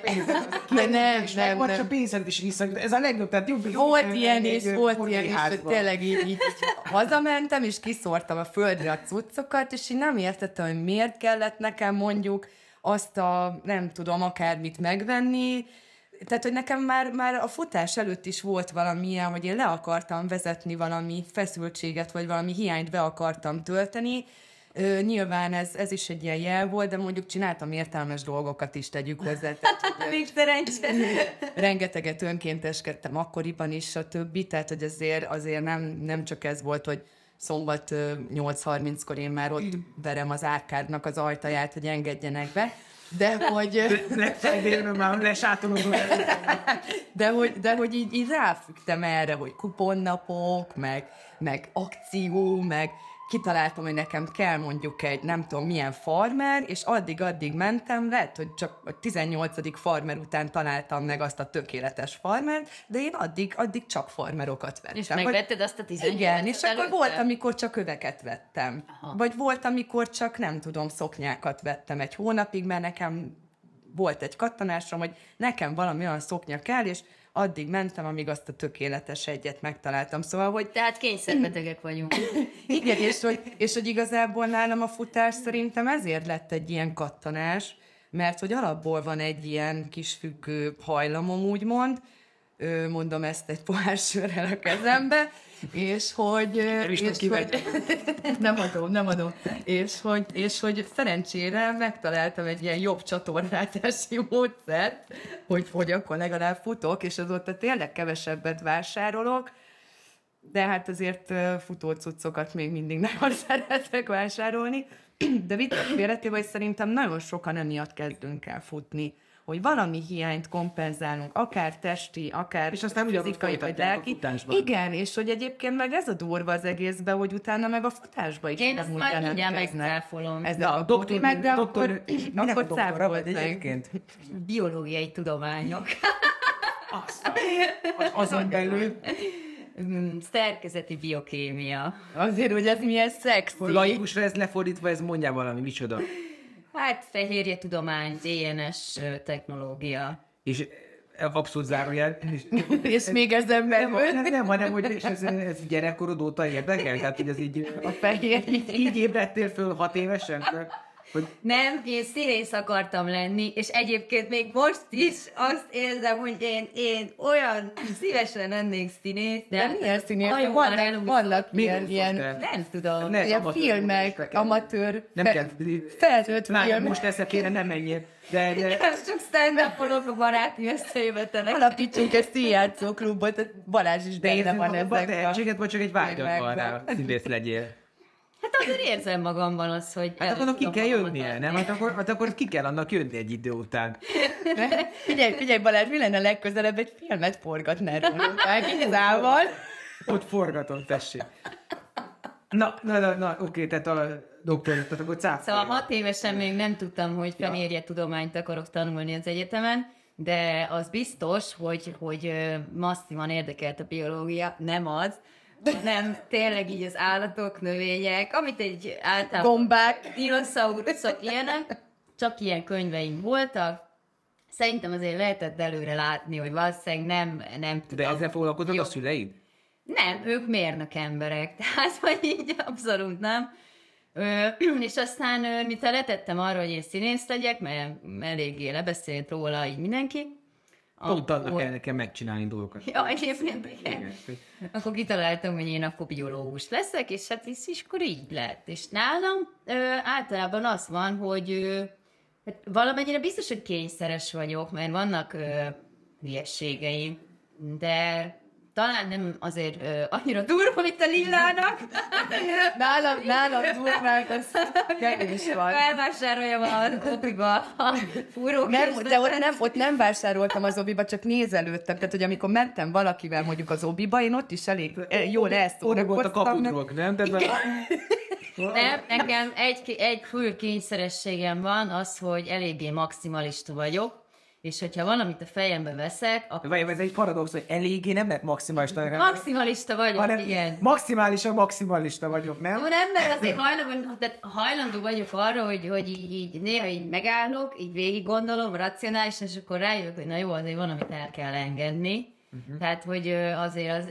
nem. Vagy a pénzed is vissza. Ez a legjobb, tehát jobb. Volt ilyen is, tényleg így hazamentem, és kiszórtam a földre a cuccokat, és én nem értettem, hogy miért kellett nekem mondjuk azt a, nem tudom, akármit megvenni. Tehát, hogy nekem már a futás előtt is volt valamilyen, hogy én le akartam vezetni valami feszültséget, vagy valami hiányt be akartam tölteni. Nyilván ez is egy ilyen jel volt, de mondjuk csináltam értelmes dolgokat is, tegyük hozzá. Még szerencsé. Rengeteget önkénteskedtem akkoriban is, stb. Tehát, hogy azért nem csak ez volt, hogy szombat 8:30-kor én már ott verem az árkádnak az ajtaját, hogy engedjenek be. De hogy... Legfeldélben már lesátolom. De hogy így ráfügtem erre, hogy kuponnapok, meg akció, meg kitaláltam, hogy nekem kell mondjuk egy nem tudom milyen farmer, és addig mentem, lehet, hogy csak a 18. farmer után találtam meg azt a tökéletes farmert, de én addig csak farmerokat vettem. És megvetted azt a 18. Igen, és akkor volt, amikor csak öveket vettem. Aha. Vagy volt, amikor csak nem tudom, szoknyákat vettem egy hónapig, mert nekem volt egy kattanásom, hogy nekem valami olyan szoknya kell, és addig mentem, amíg azt a tökéletes egyet megtaláltam. Szóval, hogy... Tehát kényszerbetegek vagyunk. Igen, és hogy igazából nálam a futás szerintem ezért lett egy ilyen kattanás, mert hogy alapból van egy ilyen kis függő hajlamom, úgymond, mondom ezt egy pohár sörrel a kezembe, és hogy... Nem adom. És hogy szerencsére megtaláltam egy ilyen jobb csatornázási módszert, hogy akkor legalább futok, és azóta tényleg kevesebbet vásárolok, de hát azért futócuccokat még mindig nagyon szeretek vásárolni. De viccet félretéve, hogy szerintem nagyon sokan emiatt kezdünk el futni, hogy valami hiányt kompenzálunk, akár testi, akár és aztán fizikai vagy lelki. Igen, és hogy egyébként meg ez a durva az egészben, hogy utána meg a futásba is. Én ezt már mindjárt megcáfolom. Ez a doktor, akkor cáfolt egyébként. Biológiai tudományok. Azon belül. Szerkezeti biokémia. Azért, hogy ez milyen szexi. Laikusra ez lefordítva, ez mondja valami, micsoda. Hát fehérje tudomány, DNS technológia. És abszolút zárójel. És még ezen nem, hanem, hogy ez gyerekkorod óta érdekel? Tehát, hogy ez így... A fehér. Így ébredtél föl 6 évesen? Hogy... Nem, én színész akartam lenni, és egyébként még most is azt érzem, hogy én olyan szívesen lennék színész. De milyen színész? Vannak ilyen... Nem tudom. Ilyen filmek, amatőr, nem kell. feltört film. Most eszekére nem menjél. De... Csak stand-up-olok a baráti összejövetelek. Alapítsunk egy színjátszó klubot, Balázs is benne van ezek. Tehetséget vagy csak egy vágyat van rá, színész legyél. Hát azért érzem magamban az, hogy... Hát akkor ki kell jönnie, nem? Hát akkor ki kell annak jönni egy idő után. Figyelj Balázs, mi lenne legközelebb egy filmet forgatnál rólunk? Igazával. Ott forgatom, tessék. Na, oké, tehát a doktor, tehát akkor cáfolja. Szóval 6 évesen még nem tudtam, hogy fehérje tudományt akarok tanulni az egyetemen, de az biztos, hogy masszívan érdekelt a biológia, nem az, nem, tényleg így az állatok, növények, amit egy általában... Gombák. Dinoszauruszok, ilyenek, csak ilyen könyveim voltak. Szerintem azért lehetett előre látni, hogy valószínűleg nem tudom. De ezzel foglalkoznak a szüleid? Nem, ők mérnök emberek, tehát hogy így abszolút nem. És aztán miután letettem arra, hogy én színész legyek, mert eléggé lebeszélt róla így mindenki, pont annak kell nekem megcsinálni dolgokat. Ja, egyébként igen. Akkor kitaláltam, hogy én akkor biológus leszek, és hát is akkor így lett. És nálam általában az van, hogy hát valamennyire biztos, hogy kényszeres vagyok, mert vannak hülyességeim, de talán nem azért annyira durva, mint a Lillának. Nálam durvák, az kevés van. Elvásároljam a obiba a fúrók. De ott nem vásároltam az obiba, csak nézelődtem. Tehát, hogy amikor mentem valakivel mondjuk az obiba, én ott is elég jól elszórakoztam. Oda volt a kapudról, nem? Nem, nekem egy fő kényszerességem van, az, hogy eléggé maximalista vagyok, és hogyha valamit a fejembe veszek, akkor... Vagy ez egy paradox, hogy eléggé nem lehet maximalista. Maximalista vagyok, igen. Maximalista vagyok, nem? Jó, nem, mert azért hajlandó vagyok arra, hogy így néha így megállok, így végig gondolom, racionálisan, és akkor rájövök, hogy na jó, azért van, amit el kell engedni. Tehát, hogy azért az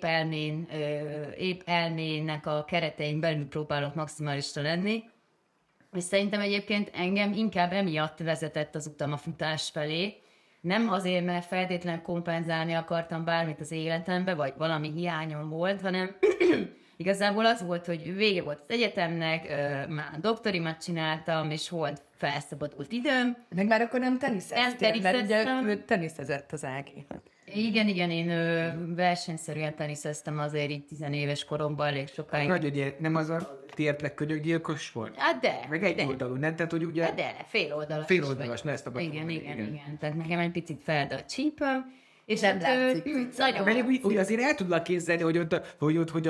épp elmének a keretein belül próbálok maximalista lenni. És szerintem egyébként engem inkább emiatt vezetett az utam a futás felé. Nem azért, mert feltétlenül kompenzálni akartam bármit az életembe, vagy valami hiányom volt, hanem igazából az volt, hogy vége volt az egyetemnek, már doktorimat csináltam, és volt felszabadult időm. Meg már akkor nem teniszeztél, mert ugye teniszezett az Ági. Igen, én versenyszerűen teniszeztem azért így 10 éves koromban elég sokáig. Nagy, nem az a tértleg könyökgyilkos volt? Hát de. Meg egy oldalú, nem? Tehát, hogy ugye... De, féloldalas. Féloldalas, ne ezt akartam. Igen. Tehát nekem egy picit feld a csípőm, és nem látszik. Nagyon... Úgy azért el tudlak képzelni, hogy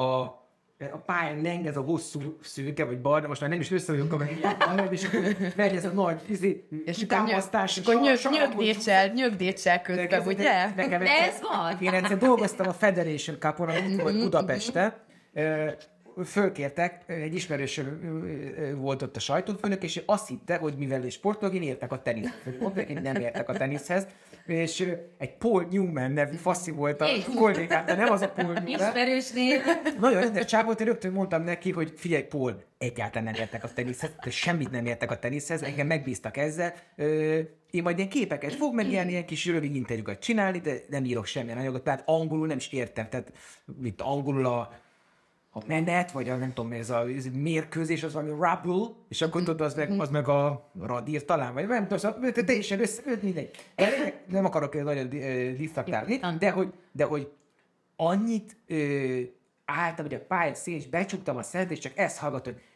a pályán leng ez a hosszú szőke, vagy barna, most már nem is összevagyunk, és megy ez a nagy támasztás. És akkor nyögdécsel közben, ugye? De ez van. Én egyszer dolgoztam a Federation Cup-on, amit volt Budapesten, fölkértek, egy ismerős volt ott a sajtófőnök, és azt hitte, hogy mivel sportolók, én értek a teniszhez. Mondták, én nem értek a teniszhez, és egy Paul Newman nevű faszi volt a kollégám, de nem az a Paul Newman. Ismerős név. Nagyon rendes csávó, én rögtön mondtam neki, hogy figyelj, Paul, egyáltalán nem értek a teniszhez, de semmit nem értek a teniszhez, engem megbíztak ezzel. Én majd ilyen képeket fog, meg ilyen kis rövid interjúkat csinálni, de nem írok semmilyen anyagot, tehát angolul nem is értem. Tehát itt angolul a menet, vagy a nem tudom, ez a mérkőzés, az valami rubble, és akkor tudod, az meg a radír talán, vagy nem tudom, szóval teljesen mindegy. Nem akarok nagyon disztraktálni, de hogy annyit álltam, hogy a pálya szél, és becsuktam a szert, és csak ezt hallgatom, hogy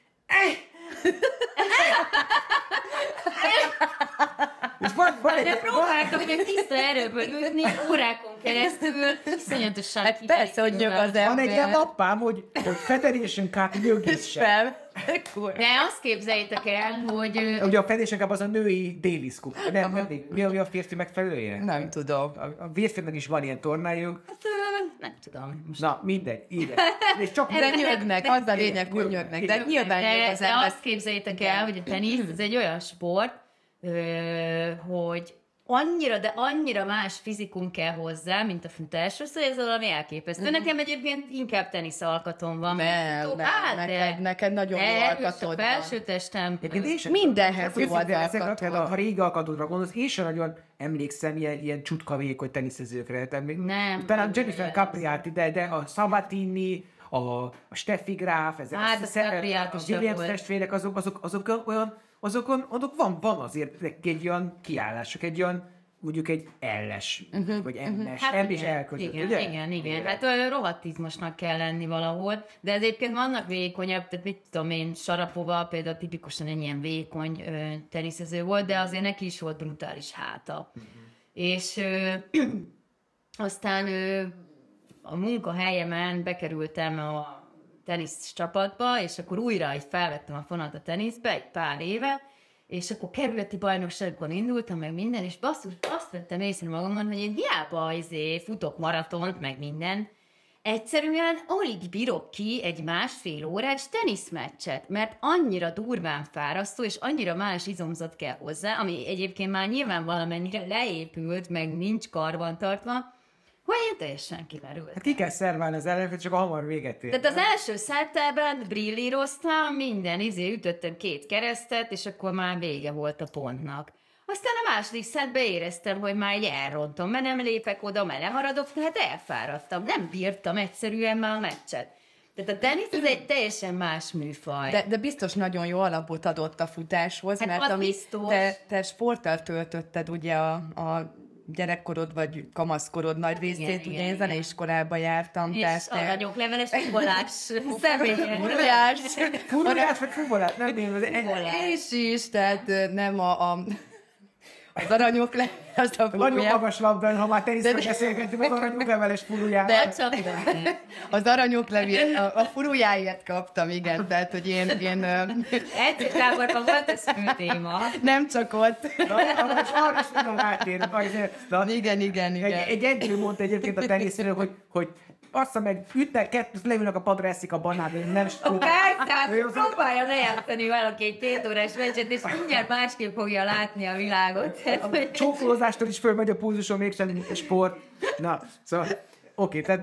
De próbáltam még tiszta erőből ütni, órákon keresztül, iszonyatosan hát persze, hogy nyög az ember. Van egy ilyen appám, hogy Federation Cup nyögéssel. De azt képzeljétek el, hogy... Ugye a Federation Cup az a női Davis Cup. Nem, mi a férfi megfelelője? Nem tudom. A férfinak is van ilyen tornájuk. Nem tudom. Most. Na, mindegy, ide. És csak de nyögnek, az a lényeg, hogy nyögnek. De nyilván nyög az de ember. azt képzeljétek el, hogy a tenisz, ez egy olyan sport, hogy annyira más fizikum kell hozzá, mint a futáshoz, hogy ez valami elképesztő. Nekem egyébként inkább tenisz alkatom van. Neked nagyon jó alkatod van. A felső testem. Mindenhez jó az alkatod. Ha régi alkatodra gondolsz, én sem nagyon emlékszem ilyen csutkavékony teniszezőkre. Nem. Talán Jennifer Capriati, de a Sabatini, a Steffi Graf, a Williams testvérek, azok olyan, azok van azért egy olyan kiállások, egy olyan, mondjuk egy L-es, vagy M-es, Hát M és L között, igen. Hát rohadt izmosnak kell lenni valahol, de egyébként vannak vékonyabb, tehát mit tudom én, Sarapova például tipikusan egy ilyen vékony teniszező volt, de azért neki is volt brutális háta. És aztán a munkahelyemen bekerültem a tenisz csapatba, és akkor újra így felvettem a fonat a teniszbe egy pár éve, és akkor kerületi bajnokságban indultam, meg minden, és basszus, azt vettem észre magamon, hogy én hiába futok maratont, meg minden, egyszerűen alig bírok ki egy 1,5 órás teniszmeccset, mert annyira durván fárasztó, és annyira más izomzat kell hozzá, ami egyébként már nyilván valamennyire leépült, meg nincs karbantartva, hogy én teljesen kimerült. Hát ki kell szerválni az ellenfél, csak a hamar véget ér. Tehát az első szettában brillíroztam, minden ütöttem 2 keresztet, és akkor már vége volt a pontnak. Aztán a második szettben éreztem, hogy már elrontom, mert nem lépek oda, mert nem maradok, hát elfáradtam. Nem bírtam egyszerűen már a meccset. Tehát a tenisz ez egy teljesen más műfaj. De biztos nagyon jó alapot adott a futáshoz, hát mert te sporttal töltötted ugye a gyerekkorod vagy kamaszkorod nagy részét, ugye én zeneiskolába jártam. És aranyokleveles fuvolás személye. Fuvolás vagy fuvolás? Nem én. És is, tehát nem az aranyokleveles, az a nagyon magas labdán, ha már teniszről beszélgetünk, az aranyokleveles furuját. De csak az aranyoklevél, a furujáért kaptam, igen, tehát, hogy én Egyszerűen volt ez fő téma. Nem csak ott. Arra is tudom rátérni. Igen. Egy edző mondta egyébként a teniszről, hogy bassza meg, ütnek, leülnek a padra, eszik a banát, nem tehát próbálja lejátszani valaki egy 2 órás meccset, és mindjárt másképp fogja látni a világot. A csókolózástól is fölmegy a pulzuson, mégsem sport. Na, szóval, oké, tehát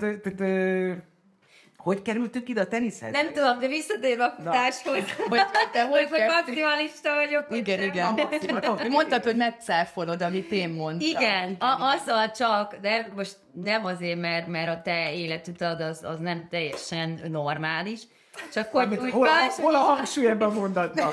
hogy kerültünk ide a teniszhez? Nem tudom, de visszatérve a futáshoz, hogy maximalista vagyok. Igen. Mondtad, hogy megcáfolod, amit én mondtam. Igen, azzal csak, de most nem azért, mert a te életutad az nem teljesen normális. Csak hogy hol a hangsúly ebben a mondatban?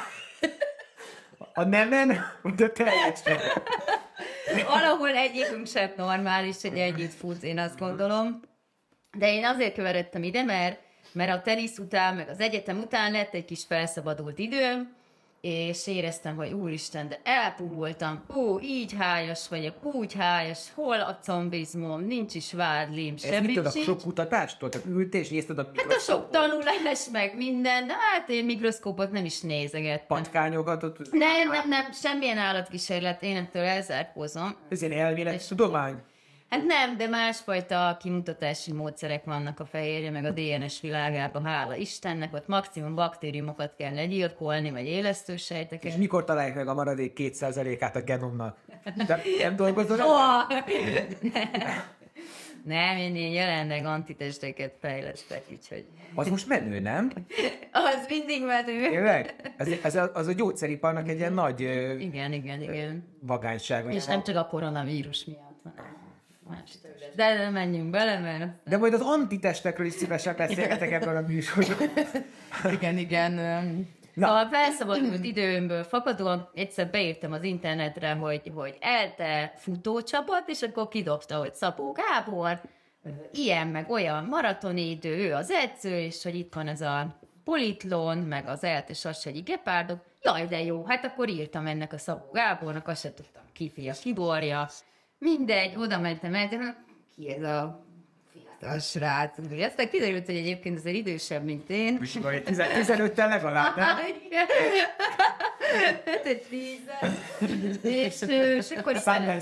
A nemen, de teljesen. Valahol egyikünk sem normális, hogy együtt fut, én azt gondolom. De én azért keveredtem ide, mert a tenisz után, meg az egyetem után lett egy kis felszabadult időm, és éreztem, hogy úristen, de elpuhultam, így hájas vagyok, úgy hájas, hol a combizmom, nincs is vádlim, semmi sincs. Ez mitől a sok kutatástól? Tehát ültél és nézted a mikroszkópot? Hát a sok tanulás, meg minden, de hát én mikroszkópot nem is nézegettem. Patkányogatott? Nem, semmilyen állatkísérlet, én ettől elzárkózom. Ez ilyen elmélet tudomány? Hát nem, de másfajta kimutatási módszerek vannak a fehérje, meg a DNS világában, hála Istennek, ott maximum baktériumokat kell legyilkolni, vagy élesztősejteket. És mikor találják meg a maradék 2%-át a genomnak? De nem dolgozol? Nem, én jelenleg antitesteket fejlesztek, úgyhogy... Az most menő, nem? Az mindig menő. Tényleg? Az a gyógyszeriparnak egy ilyen nagy Igen. vagányság. És nem csak a koronavírus miatt, hanem más terület. De nem menjünk bele, mert... De majd az antitestekről is szívesen beszélgetek ebben a műsorban. Igen. Szóval felszabadult időmből fakadóan egyszer beírtam az internetre, hogy ELTE futócsapat, és akkor kidobta, hogy Szabó Gábor, ilyen meg olyan maratoni idő, ő az edző, és hogy itt van ez a Politlon, meg az ELTE Sassegyi Gepárdok. Jaj, de jó, hát akkor írtam ennek a Szabó Gábornak, azt sem tudtam kiborja. Mindegy, oda mentem el, de ki ez a fiatal srác? Aztán kiderült, hogy egyébként azért idősebb, mint én. 15-tel legalább, nem? És akkor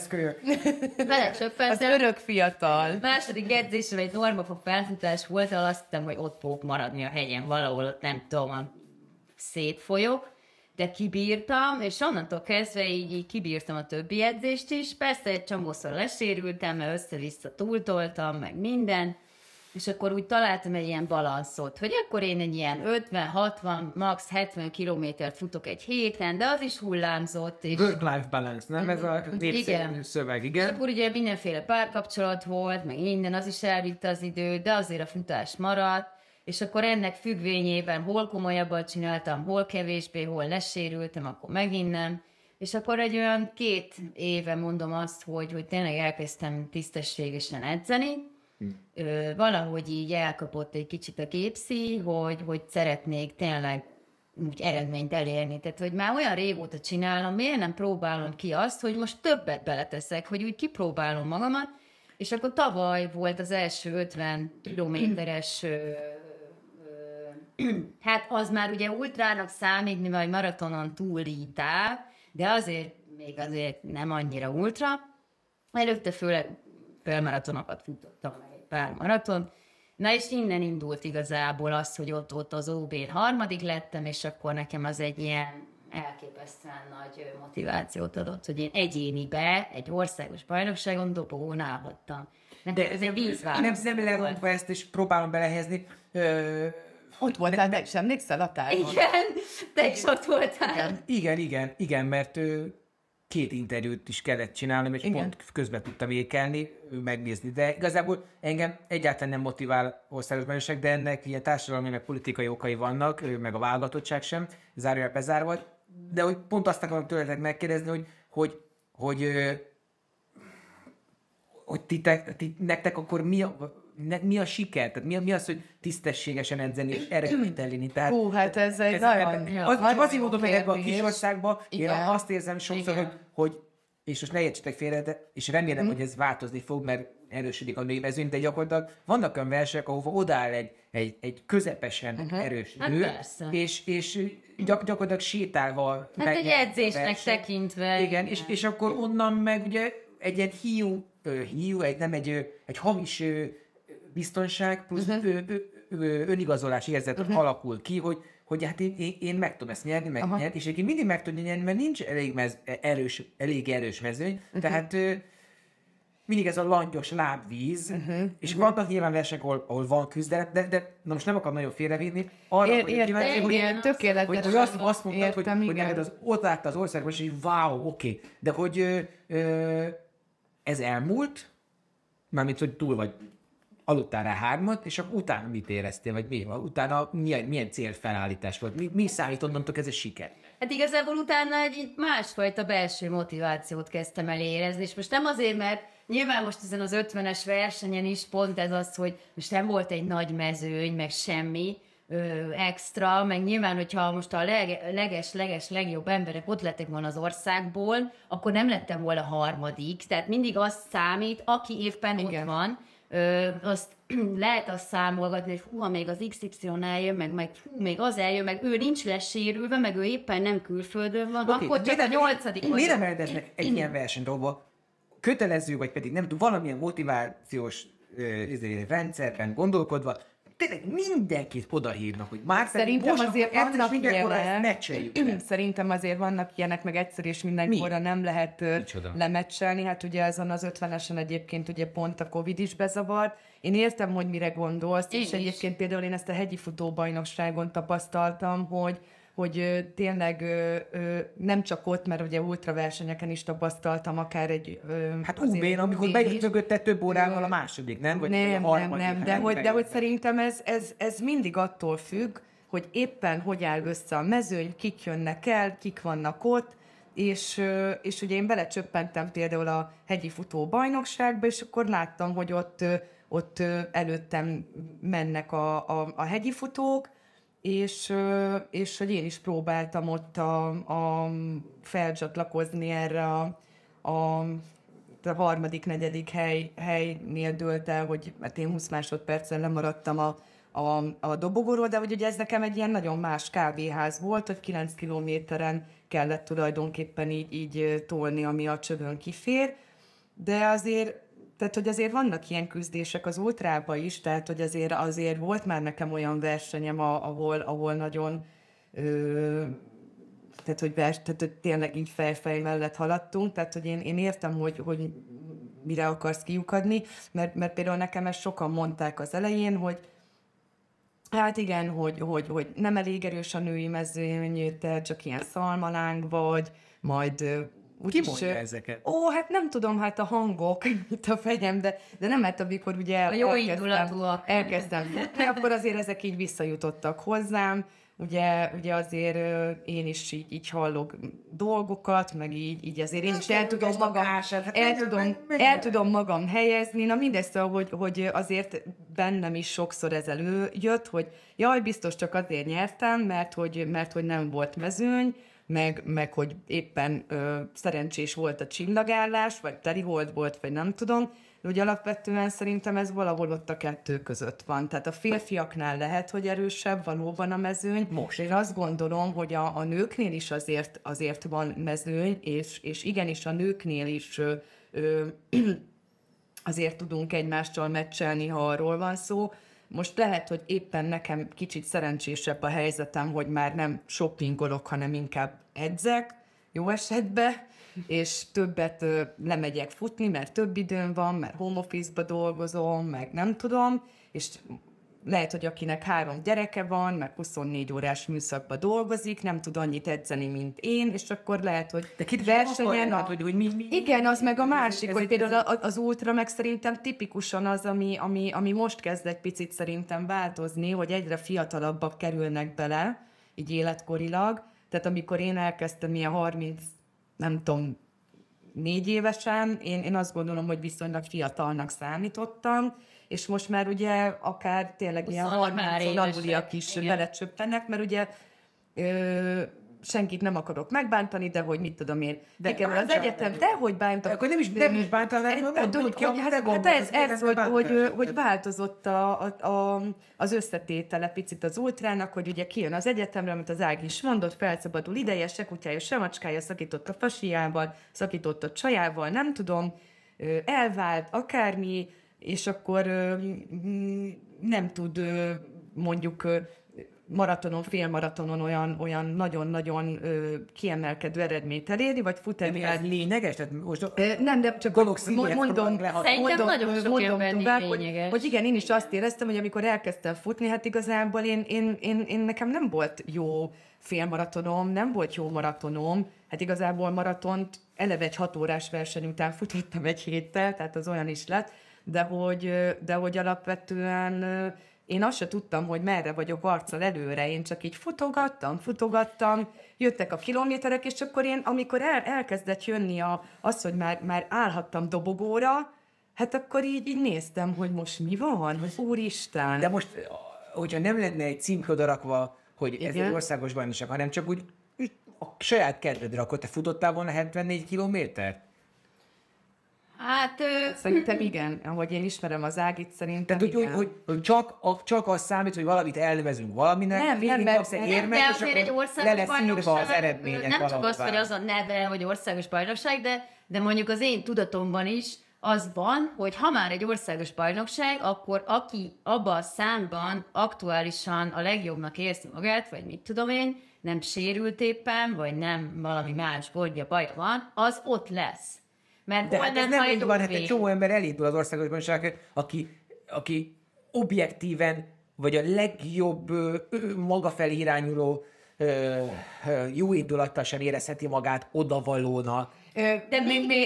Az örök fiatal. Második edzésem egy normafok felfutás volt, ahol azt hittem, hogy ott fogok maradni a hegyen valahol, ott nem tudom, szétfolyok, de kibírtam, és onnantól kezdve így kibírtam a többi edzést is. Persze egy csomószor lesérültem, mert össze-vissza túltoltam, meg minden, és akkor úgy találtam egy ilyen balanszot, hogy akkor én egy ilyen 50-60, max. 70 kilométert futok egy héten, de az is hullámzott. És... Work-life balance, nem? Ez a népszerű szöveg, igen. És akkor ugye mindenféle párkapcsolat volt, meg minden, az is elvitte az időt, de azért a futás maradt, és akkor ennek függvényében hol komolyabban csináltam, hol kevésbé, hol lesérültem, akkor megint nem. És akkor egy olyan 2 éve mondom azt, hogy tényleg elkezdtem tisztességesen edzeni. Valahogy így elkapott egy kicsit a gépszi, hogy szeretnék tényleg úgy eredményt elérni. Tehát, hogy már olyan régóta csinálom, miért nem próbálom ki azt, hogy most többet beleteszek, hogy úgy kipróbálom magamat, és akkor tavaly volt az első 50 kilométeres, hát az már ugye ultrának számít, vagy maratonon túli táv, de azért még azért nem annyira ultra. Előtte főleg félmaratonokat futottam meg egy pár maraton. Na és innen indult igazából az, hogy ott az OB-n 3. lettem, és akkor nekem az egy ilyen elképesztően nagy motivációt adott, hogy én egyénibe egy országos bajnokságon dobogón állhattam. De ez egy vízválasz. Nem lerontva ezt, és próbálom belehelyezni. Ott voltál, de sem emlékszel a tájon? Igen, te is ott voltál. Igen, mert 2 interjút is kellett csinálnom, és pont közben tudtam ékelni, megnézni. De igazából engem egyáltalán nem motivál országos bajnokság, de ennek ilyen társadalmi, meg politikai okai vannak, meg a válogatottság sem, zárójel bezárva. De hogy pont azt akarom tőletek megkérdezni, hogy nektek akkor mi a siker? Tehát mi az, hogy tisztességesen edzeni és eredményt elérni? Hú, hát ez egy nagyon... Azért mondom meg ebben a kis országban, én azt érzem sokszor, hogy és most ne értsetek félre, és remélem, hogy ez változni fog, mert erősödik a női mezőny, de gyakorlatilag vannak olyan versenyek, ahova odaáll egy közepesen erős nő, és gyakorlatilag sétálva... Hát egy edzésnek tekintve. Igen, és akkor onnan meg ugye egy hiú, egy hamis biztonság plusz önigazolás érzet alakul ki, hogy hát én meg tudom ezt nyerni, és egyébként mindig meg tudja nyerni, mert nincs elég erős mezőny, tehát mindig ez a langyos lábvíz, és vannak nyilván versenyek, ahol van küzdelem, de most nem akar nagyon félrevinni. Tökéletes. Hogy azt mondtad, hogy neked ott állt az országban, és így wow, oké. De hogy ez elmúlt, mármint, hogy túl vagy, aludtál rá 3-at, és akkor utána mit éreztél, vagy mi? Utána milyen célfelállítás volt? Mi számít onnantól ez a siker? Hát igazából utána egy másfajta belső motivációt kezdtem el érezni, és most nem azért, mert nyilván most ezen az 50-es versenyen is pont ez az, hogy most nem volt egy nagy mezőny, meg semmi extra, meg nyilván, hogyha most a leges legjobb emberek ott lettek volna az országból, akkor nem lettem volna 3. Tehát mindig az számít, aki éppen ott van, azt lehet azt számolgatni, hogy ha még az XY eljön, meg még az eljön, meg ő nincs lesérülve, meg ő éppen nem külföldön van, akkor csak a 8. Miért nem eredeznek egy ilyen versenydolgba kötelező, vagy pedig nem tudom, valamilyen motivációs rendszerben gondolkodva, tényleg mindenkit odahívnak, hogy már szerintem azért vannak ilyenek. Szerintem azért vannak ilyenek, meg egyszer és mindenkorra nem lehet lemecselni. Hát ugye ezen az 50-esen egyébként ugye pont a Covid is bezavart. Én értem, hogy mire gondolsz, és egyébként például én ezt a hegyi futóbajnokságon tapasztaltam, hogy tényleg nem csak ott, mert ugye ultraversenyeken is tapasztaltam, akár egy... Hát UB-n, amikor bejött mögötte több órával a második, nem? Vagy nem, de hogy szerintem ez mindig attól függ, hogy éppen hogy áll össze a mezőny, kik jönnek el, kik vannak ott, és ugye én belecsöppentem például a hegyi futó bajnokságba, és akkor láttam, hogy ott előttem mennek a hegyi futók, és hogy én is próbáltam ott felcsatlakozni erre a harmadik, negyedik helynél dőlt el, mert én 20 másodpercen lemaradtam a dobogóról, de hogy ugye ez nekem egy ilyen nagyon más kávéház volt, hogy 9 kilométeren kellett tulajdonképpen így tolni, ami a csövön kifér, de azért vannak ilyen küzdések az ultrába is, tehát hogy azért volt már nekem olyan versenyem, ahol nagyon tehát hogy tényleg így fejfej mellett haladtunk, tehát hogy én értem, hogy mire akarsz kiukadni, mert például nekem ezt sokan mondták az elején, hogy hát igen, hogy nem elég erős a női mezőny, te csak ilyen szalmaláng vagy, majd... Ki mondja ezeket? Hát nem tudom, hát a hangok itt a fejem, de nem, hát amikor ugye elkezdtem futni, akkor azért ezek így visszajutottak hozzám. Ugye azért én is így hallok dolgokat, meg így azért én is el tudom magam helyezni. Na mindezt, szóval, hogy azért bennem is sokszor ez előjött, hogy jaj, biztos csak azért nyertem, mert hogy nem volt mezőny, meg hogy éppen szerencsés volt a csillagállás, vagy telihold volt, vagy nem tudom, de ugye alapvetően szerintem ez valahol ott a kettő között van. Tehát a férfiaknál lehet, hogy erősebb valóban a mezőny. Most én azt gondolom, hogy a nőknél is azért van mezőny, és igenis a nőknél is azért tudunk egymástól meccselni, ha arról van szó. Most lehet, hogy éppen nekem kicsit szerencsésebb a helyzetem, hogy már nem shoppingolok, hanem inkább edzek, jó esetben, és többet lemegyek futni, mert több időm van, mert home office-ba dolgozom, meg nem tudom, és lehet, hogy akinek 3 gyereke van, meg 24 órás műszakban dolgozik, nem tud annyit edzeni, mint én, és akkor lehet, hogy versenyen... hogy mi? Igen, az meg a másik, hogy például az ultra meg szerintem tipikusan az, ami most kezd egy picit szerintem változni, hogy egyre fiatalabbak kerülnek bele, így életkorilag. Tehát amikor én elkezdtem ilyen 30, nem tudom, 4 évesen, én azt gondolom, hogy viszonylag fiatalnak számítottam, és most már ugye akár tényleg ilyen 30 aluliak is belecsöppenek, mert ugye senkit nem akarok megbántani, de hogy mit tudom én. De az egyetem, dehogy bántam. Akkor nem is bántanál, ez volt, hogy változott az összetétele picit az ultrának, hogy ugye kijön az egyetemre, amit az Ági is mondott, felszabadul ideje, se kutyája, se macskája, szakított a pasiával, szakított a csajával, nem tudom, elvált, akármi, és akkor nem tud mondjuk maratonon, félmaratonon olyan nagyon-nagyon kiemelkedő eredményt elérni, vagy futni. Ez lényeges? Tehát most nem, de csak mondom tovább, hogy igen, én is azt éreztem, hogy amikor elkezdtem futni, hát igazából én nekem nem volt jó félmaratonom, nem volt jó maratonom, hát igazából maratont eleve egy 6 órás verseny után futottam egy héttel, tehát az olyan is lett, de hogy alapvetően én azt se tudtam, hogy merre vagyok arccal előre, én csak így futogattam, jöttek a kilométerek, és akkor én, amikor elkezdett jönni az, hogy már állhattam dobogóra, hát akkor így néztem, hogy most mi van, hogy úristen. De most, hogyha nem lenne egy címke odarakva, hogy ez egy országos bajnokság, hanem csak úgy a saját kedvedre, akkor te futottál volna 74 kilométert? Hát... Szerintem igen, ahogy én ismerem az Ágit, szerintem tehát, igen. Hogy csak az számít, hogy valamit elnevezünk valaminek, nem, kapsz egy érmet, és akkor le lesz írva az eredmények. Nem csak az, hogy az a neve, hogy országos bajnokság, de de mondjuk az én tudatomban is az van, hogy ha már egy országos bajnokság, akkor aki abban a számban aktuálisan a legjobbnak érzi magát, vagy mit tudom én, nem sérült éppen, vagy nem valami más gondja, baja van, az ott lesz. Mert de hát ez nem így van, hát egy csomó ember elindul az országos bajnokságra, aki objektíven, vagy a legjobb maga felé irányuló jó indulattal sem érezheti magát odavalónak. De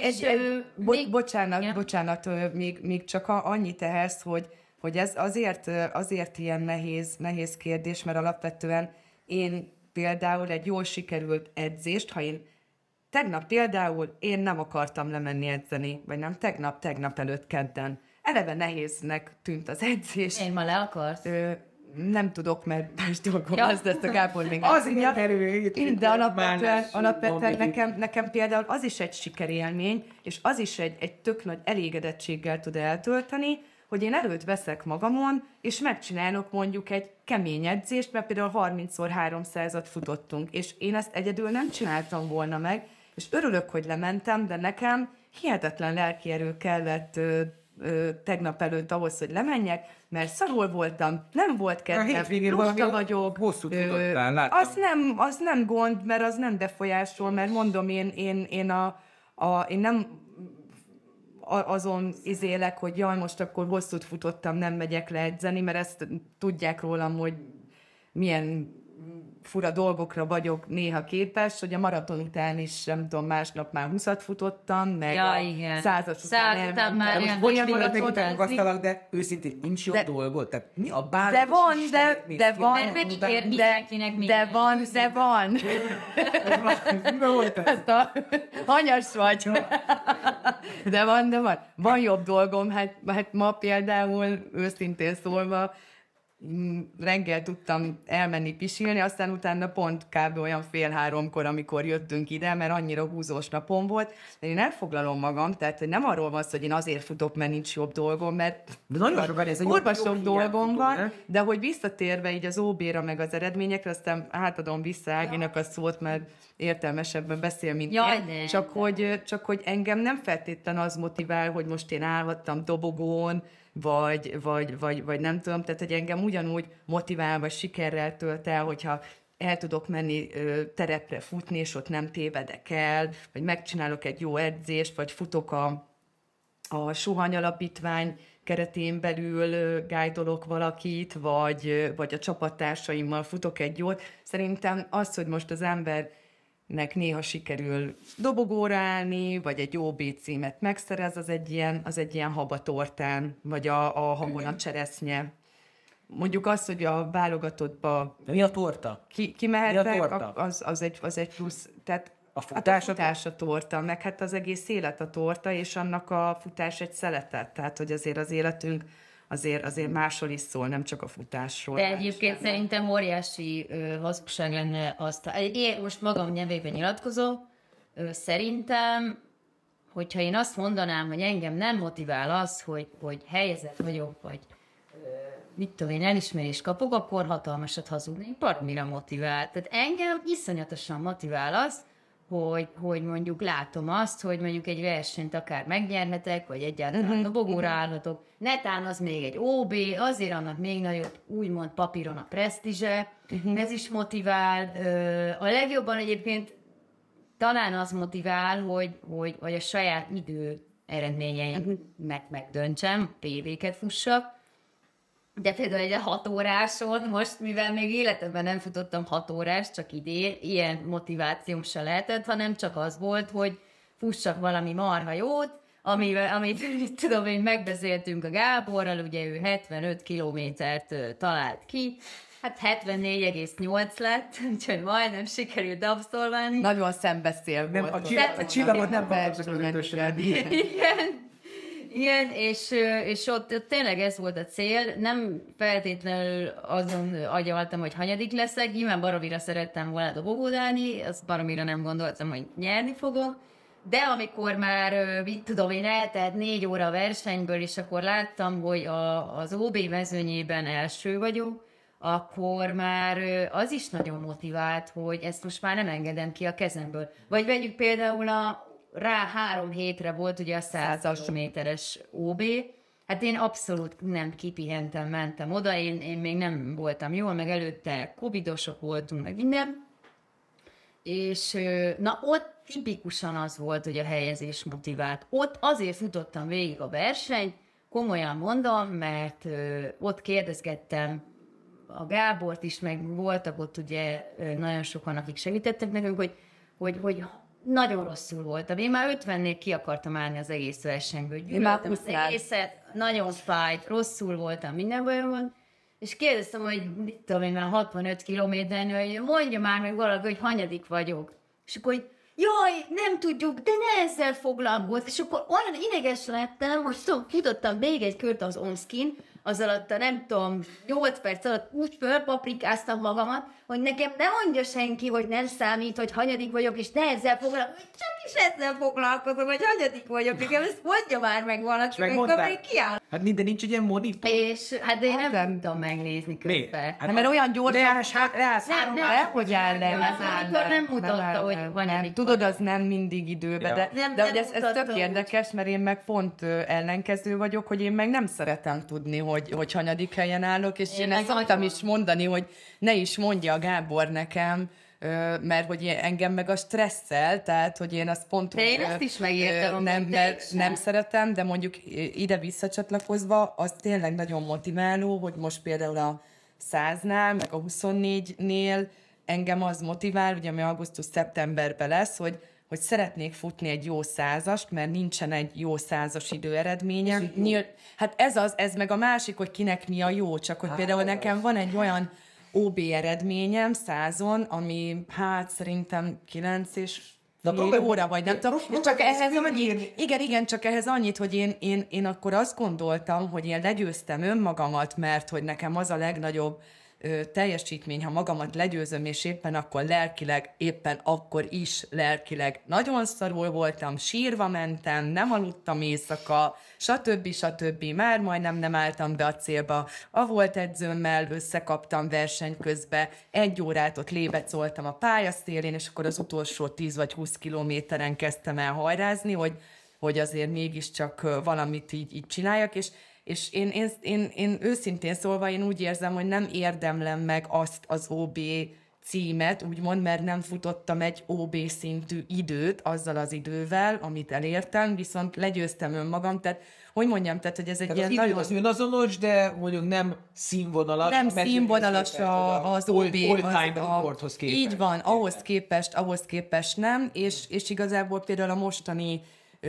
bocsánat, még csak annyit ehhez, hogy ez azért ilyen nehéz kérdés, mert alapvetően én például egy jól sikerült edzést, ha én tegnap például én nem akartam lemenni edzeni, vagy nem tegnap előtt kedden. Eleve nehéznek tűnt az edzés. Én ma le akarsz? Nem tudok, mert más dolgom az lesz a Gábor még. Azért de alapvetően nekem például az is egy sikerélmény, és az is egy tök nagy elégedettséggel tud eltölteni, hogy én erőt veszek magamon, és megcsinálok mondjuk egy kemény edzést, mert például 30x300-at futottunk, és én ezt egyedül nem csináltam volna meg, és örülök, hogy lementem, de nekem hihetetlen lelkierő kellett tegnap előtt ahhoz, hogy lemenjek, mert szarul voltam, nem volt kedvem, lusta vagyok. Hosszú tudottál, láttam. Az nem gond, mert az nem befolyásol, mert mondom, én nem azon izélek, hogy jaj, most akkor hosszút futottam, nem megyek le edzeni, mert ezt tudják rólam, hogy milyen fura dolgokra vagyok néha képes, hogy a maraton után is, nem tudom, másnap már 20-at futottam, meg ja, a igen. 100-as után már most bocsánat, megutálkoztalak, de őszintén nincs jobb dolgot. Tehát mi a bár... De van. Hanyas vagy. De van. Van jobb dolgom, hát ma például őszintén szólva reggel tudtam elmenni pisilni, aztán utána pont kb. Olyan 2:30-kor, amikor jöttünk ide, mert annyira húzós napom volt, de én elfoglalom magam, tehát hogy nem arról van szó, hogy én azért futok, mert nincs jobb dolgom, mert kurva sok dolgom van, de hogy visszatérve így az OB-ra meg az eredményekre, aztán átadom vissza Áginak a szót, mert értelmesebben beszél, mint én. Csak hogy engem nem feltétlen az motivál, hogy most én állhattam dobogón, vagy nem tudom, tehát hogy engem ugyanúgy motivál, vagy sikerrel tölt el, hogyha el tudok menni terepre futni, és ott nem tévedek el, vagy megcsinálok egy jó edzést, vagy futok a Suhany Alapítvány keretén belül guide-olok valakit, vagy a csapattársaimmal futok egy jót. Szerintem az, hogy most az embernek néha sikerül dobogóra állni, vagy egy OB címet megszerez, az egy ilyen habatortán, vagy a habon a cseresznye. Mondjuk azt, hogy a válogatottba... Mi a torta? Kimehetek, az egy plusz... Tehát a futás a torta, meg hát az egész élet a torta, és annak a futás egy szeletet. Tehát, hogy azért az életünk azért máshol is szól, nem csak a futásról. De egyébként szerintem óriási hazugság lenne azt. Én most magam nyelvében nyilatkozom, szerintem, hogyha én azt mondanám, hogy engem nem motivál az, hogy helyezett vagyok, vagy mit tudom én, elismerést kapok, akkor hatalmasat hazudnék, baromira motivál. Tehát engem iszonyatosan motivál az, hogy mondjuk látom azt, hogy mondjuk egy versenyt akár megnyerhetek, vagy egyáltalán dobogóra állhatok. Netán az még egy OB, azért annak még nagyobb, úgymond papíron a presztízse, ez is motivál. A legjobban egyébként talán az motivál, hogy a saját idő eredményeim megdöntsem, PB-ket fussak. De például egy 6 óráson, most mivel még életemben nem futottam 6 órás, csak idén, ilyen motivációm se lehetett, hanem csak az volt, hogy fussak valami marha jót, amit tudom én, megbeszéltünk a Gáborral, ugye ő 75 kilométert talált ki, hát 74,8 lett, úgyhogy majdnem sikerült abszolválni. Nagyon szembeszél volt. A csillagot nem kaptak az Igen, és ott tényleg ez volt a cél, nem feltétlenül azon agyaltam, hogy hanyadik leszek, nyilván baromira szerettem volna dobogódálni, azt baromira nem gondoltam, hogy nyerni fogok, de amikor már, mit tudom én, eltelt 4 óra a versenyből, és akkor láttam, hogy az OB mezőnyében első vagyok, akkor már az is nagyon motivált, hogy ezt most már nem engedem ki a kezemből. Vagy vegyük például rá 3 hétre volt ugye a 100 kilométeres OB, hát én abszolút nem kipihentem, mentem oda, én még nem voltam jól, meg előtte covidosok voltunk, meg minden. És na ott tipikusan az volt, hogy a helyezés motivált. Ott azért futottam végig a versenyt, komolyan mondom, mert ott kérdezgettem a Gábort is, meg voltak ott ugye nagyon sokan, akik segítettek nekünk, hogy nagyon rosszul voltam. Én már 50-nél ki akartam állni az egész versenyből. Gyűlöltem az egészet, nagyon fájt, rosszul voltam, minden bajom volt. És kérdeztem, hogy mit tudom én, már 65 kilométernél, hogy mondja már meg valaki, hogy hanyadik vagyok. És akkor, hogy jaj, nem tudjuk, de ne ezzel foglalkozz. És akkor olyan ideges lettem, hogy futottam még egy kört az on-skin, az alatt a nem tudom, 8 perc alatt úgy fölpaprikáztam magamat, hogy nekem ne mondja senki, hogy nem számít, hogy hanyadik vagyok, és ne ezzel foglalkozom, csak is ezzel foglalkozom, hogy hanyadik vagyok, nekem ezt mondja már meg valaki, akkor még kiáll. Hát minden nincs egy ilyen monitor. És hát én nem tudtam megnézni közben. Hát, mert olyan gyorsan... hogy áll le. Nem mutatta, hogy hanyadik. Tudod, az nem mindig időben, de ez tök érdekes, mert én meg pont ellenkező vagyok, hogy én meg nem szeretem tudni, hogy hanyadik helyen állok, és én ezt szoktam is mondani, hogy ne is mondja a Gábor nekem, mert hogy engem meg a stresszel, tehát hogy én azt pont... De én ezt is megértem, nem szeretem, de mondjuk ide visszacsatlakozva, az tényleg nagyon motiváló, hogy most például a 100-nál, meg a 24-nél engem az motivál, ugye ami augusztus-szeptemberben lesz, hogy szeretnék futni egy jó 100-ast, mert nincsen egy jó 100-as időeredményem. Hát ez meg a másik, hogy kinek mi a jó, csak hogy például nekem van egy olyan OB eredményem 100-on, ami hát szerintem 9 és fél óra, vagy nem tudom. És csak ehhez igen, csak ehhez annyit, hogy én akkor azt gondoltam, hogy én legyőztem önmagamat, mert hogy nekem az a legnagyobb teljesítmény, ha magamat legyőzöm, és éppen akkor is lelkileg nagyon szarul voltam, sírva mentem, nem aludtam éjszaka, stb. Már majdnem nem álltam be a célba. A volt edzőmmel összekaptam verseny közben, 1 órát ott lébecoltam a pályaszélén, és akkor az utolsó 10 vagy 20 kilométeren kezdtem el hajrázni, hogy azért mégiscsak valamit így csináljak, és én őszintén szólva, én úgy érzem, hogy nem érdemlem meg azt az OB címet, úgymond, mert nem futottam egy OB szintű időt azzal az idővel, amit elértem, viszont legyőztem önmagam, tehát hogy mondjam, tehát hogy ez egy ilyen nagyon... Az önazonos, de mondjuk nem színvonalas. Nem színvonalas az OB. All-time rekordhoz képest. Így van, ahhoz képest nem, és igazából például a mostani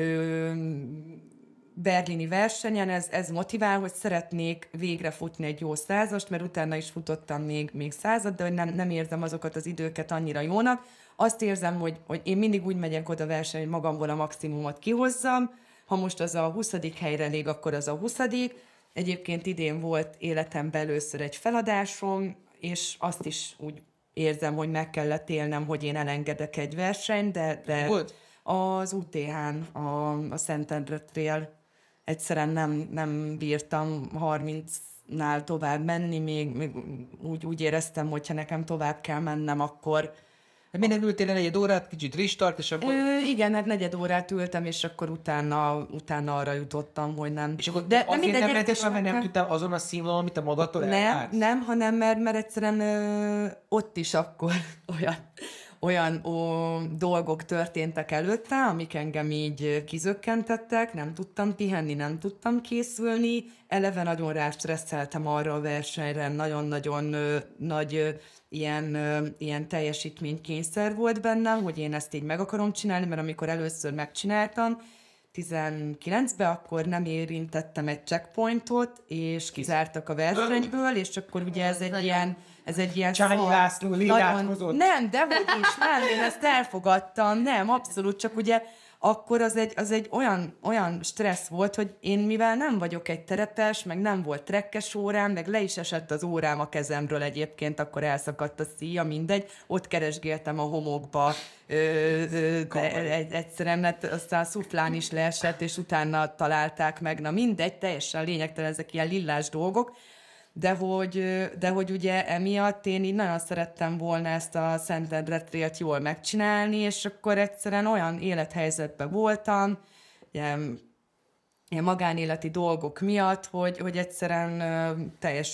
berlini versenyen ez motivál, hogy szeretnék végre futni egy jó 100-ast, mert utána is futottam még 100-at, de hogy nem érzem azokat az időket annyira jónak. Azt érzem, hogy én mindig úgy megyek oda versenyre, hogy magamból a maximumot kihozzam. Ha most az a 20. helyre elég, akkor az a 20. Egyébként idén volt életemben először egy feladásom, és azt is úgy érzem, hogy meg kellett élnem, hogy én elengedek egy versenyt, de az UTH-n, a Szentendre Trail, egyszerűen nem bírtam 30-nál tovább menni, még úgy éreztem, hogyha nekem tovább kell mennem, akkor... Minden ültél 4 órát, kicsit restart, és akkor... Igen, hát 4 órát ültem, és akkor utána arra jutottam, hogy nem. És akkor de azért nem lehetett, mert nem tudtam azon a színvonalon, amit a magattól elvársz? Nem, hanem mert egyszerűen ott is akkor olyan dolgok történtek előtte, amik engem így kizökkentettek, nem tudtam pihenni, nem tudtam készülni, eleve nagyon rástresszeltem arra a versenyre, nagyon-nagyon nagy ilyen teljesítménykényszer volt bennem, hogy én ezt így meg akarom csinálni, mert amikor először megcsináltam, 19-ben, akkor nem érintettem egy checkpointot, és kizártak a versenyből, és akkor ugye ez egy ilyen Csányi László lélátkozott. Nem, dehogy is, nem, én ezt elfogadtam, nem, abszolút, csak ugye akkor az egy olyan stressz volt, hogy én mivel nem vagyok egy terepes, meg nem volt trekkes órám, meg le is esett az órám a kezemről egyébként, akkor elszakadt a szíja, mindegy, ott keresgéltem a homokba, egyszerűen aztán a szuflán is leesett, és utána találták meg, na mindegy, teljesen lényegtelen, ezek ilyen lillás dolgok, de hogy ugye emiatt én így nagyon szerettem volna ezt a Szentendre Trailt jól megcsinálni, és akkor egyszerűen olyan élethelyzetben voltam, ilyen magánéleti dolgok miatt, hogy egyszerűen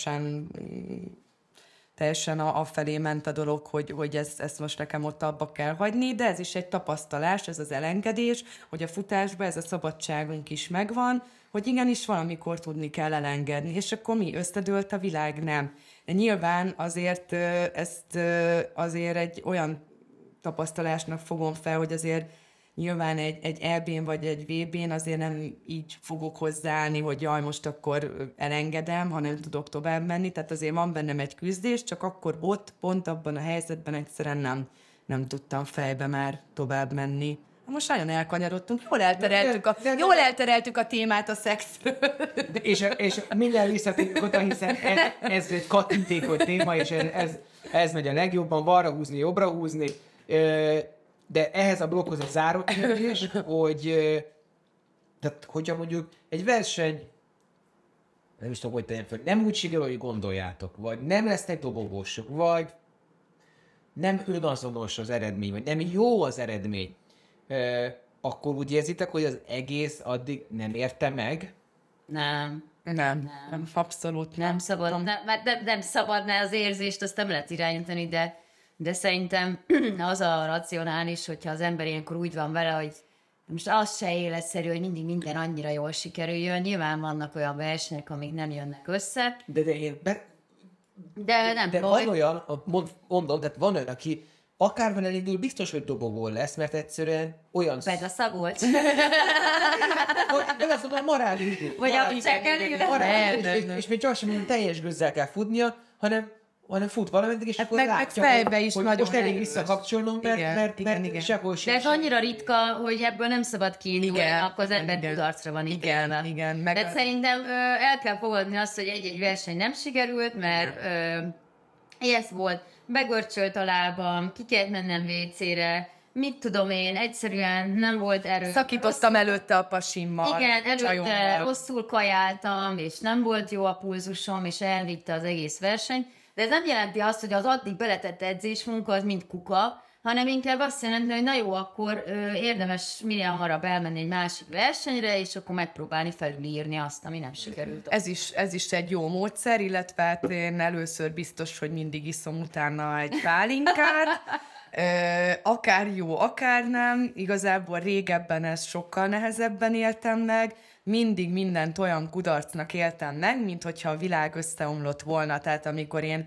teljesen afelé ment a dolog, hogy ezt most nekem ott abba kell hagyni, de ez is egy tapasztalás, ez az elengedés, hogy a futásban ez a szabadságunk is megvan, hogy igenis valamikor tudni kell elengedni, és akkor mi? Összedőlt a világ? Nem. De nyilván azért ezt azért egy olyan tapasztalásnak fogom fel, hogy azért nyilván egy EB-n vagy egy VB-n azért nem így fogok hozzáállni, hogy jaj, most akkor elengedem, hanem tudok tovább menni, tehát azért van bennem egy küzdés, csak akkor ott, pont abban a helyzetben egyszerűen nem tudtam fejbe már tovább menni. Most nagyon elkanyarodtunk, jól eltereltük a témát a szexről. És minden visszatérünk oda, hiszen ez egy kattintékony téma, és ez megy a legjobban, balra húzni, jobbra húzni. De ehhez a blokkhoz egy záró kérdés, hogyha mondjuk egy verseny, nem is tudom, hogy tegyen fel, nem úgy sikerül, hogy gondoljátok, vagy nem lesznek dobogósok, vagy nem önazonos az eredmény, vagy nem jó az eredmény, akkor úgy érzitek, hogy az egész addig nem érte meg? Nem, abszolút nem szabad, nem szabadná az érzést, azt nem lehet irányítani, de szerintem az a racionális, hogyha az ember ilyenkor úgy van vele, hogy most az se életszerű, hogy mindig minden annyira jól sikerüljön. Nyilván vannak olyan versenyek, amik nem jönnek össze. De van olyan, mondom, tehát van olyan, aki akárvan elindul, biztos, hogy dobogón lesz, mert egyszerűen olyan... Bedaszagolt. Nem azt mondom, morális. Vagy a csekelő. És még csak sem teljes gőzzel kell futnia, hanem fut valameddig, és akkor látja, fejbe is hogy most elég visszakapcsolnom, mert sehol sem. De ez annyira ritka, hogy ebből nem szabad kiindulni, akkor az ember kudarcra van ítélve. Igen. De szerintem el kell fogadni azt, hogy egy-egy verseny nem sikerült, mert ez volt, begörcsölt a lábam, ki kellett mennem WC-re, mit tudom én, egyszerűen nem volt erő. Szakítottam előtte a pasimmal. Igen, előtte rosszul kajáltam, és nem volt jó a pulzusom, és elvitte az egész verseny. De ez nem jelenti azt, hogy az addig beletett edzésmunka az mind kuka, hanem inkább azt jelenti, hogy na jó, akkor érdemes minél hamarabb elmenni egy másik versenyre, és akkor megpróbálni felülírni azt, ami nem sikerült. Ez is egy jó módszer, illetve hát én először biztos, hogy mindig iszom utána egy pálinkát, akár jó, akár nem. Igazából régebben ezt sokkal nehezebben éltem meg, mindig mindent olyan kudarcnak éltem meg, mint hogyha a világ összeomlott volna. Tehát amikor én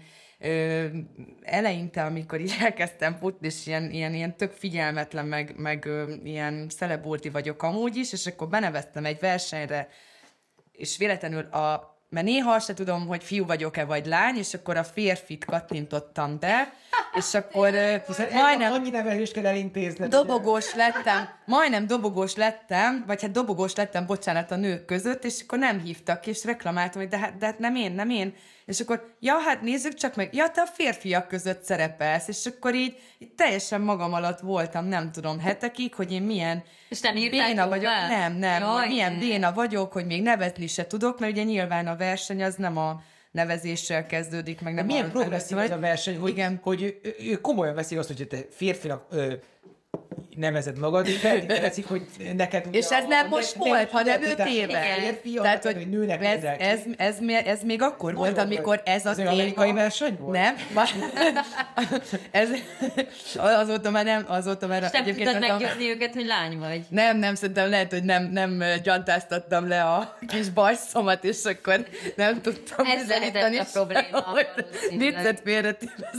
eleinte, amikor így elkezdtem futni, és ilyen tök figyelmetlen, meg ilyen szeleburti vagyok amúgy is, és akkor beneveztem egy versenyre, és véletlenül mert néha azt se tudom, hogy fiú vagyok-e vagy lány, és akkor a férfit kattintottam be, és akkor majdnem... Annyi nevelést kell elintézni. Majdnem dobogós lettem, vagy hát dobogós lettem, bocsánat, a nők között, és akkor nem hívtak, és reklamáltam, hogy de hát nem én. És akkor, ja, hát nézzük csak meg, ja, te a férfiak között szerepelsz, és akkor így teljesen magam alatt voltam, nem tudom, hetekig, hogy én milyen béna vagyok. Milyen béna vagyok, hogy még nevetni se tudok, mert ugye nyilván a verseny az nem a nevezéssel kezdődik, meg nem. Milyen progresszív ez a verseny, hogy ő komolyan veszik azt, hogy te férfinak nevezed magad, feltételezik, hogy neked... És ez nem most volt, hanem 5 éve. Tehát, hogy ez még akkor volt, amikor ez a téma... Ez amerikai verseny volt? Nem. Azóta már... És nem tudod meggyőzni őket, hogy lány vagy. Nem, szerintem lehet, hogy nem gyantáztattam le a kis bajszomat, és akkor nem tudtam bizonyítani. Ez a probléma. Viccet félretéve,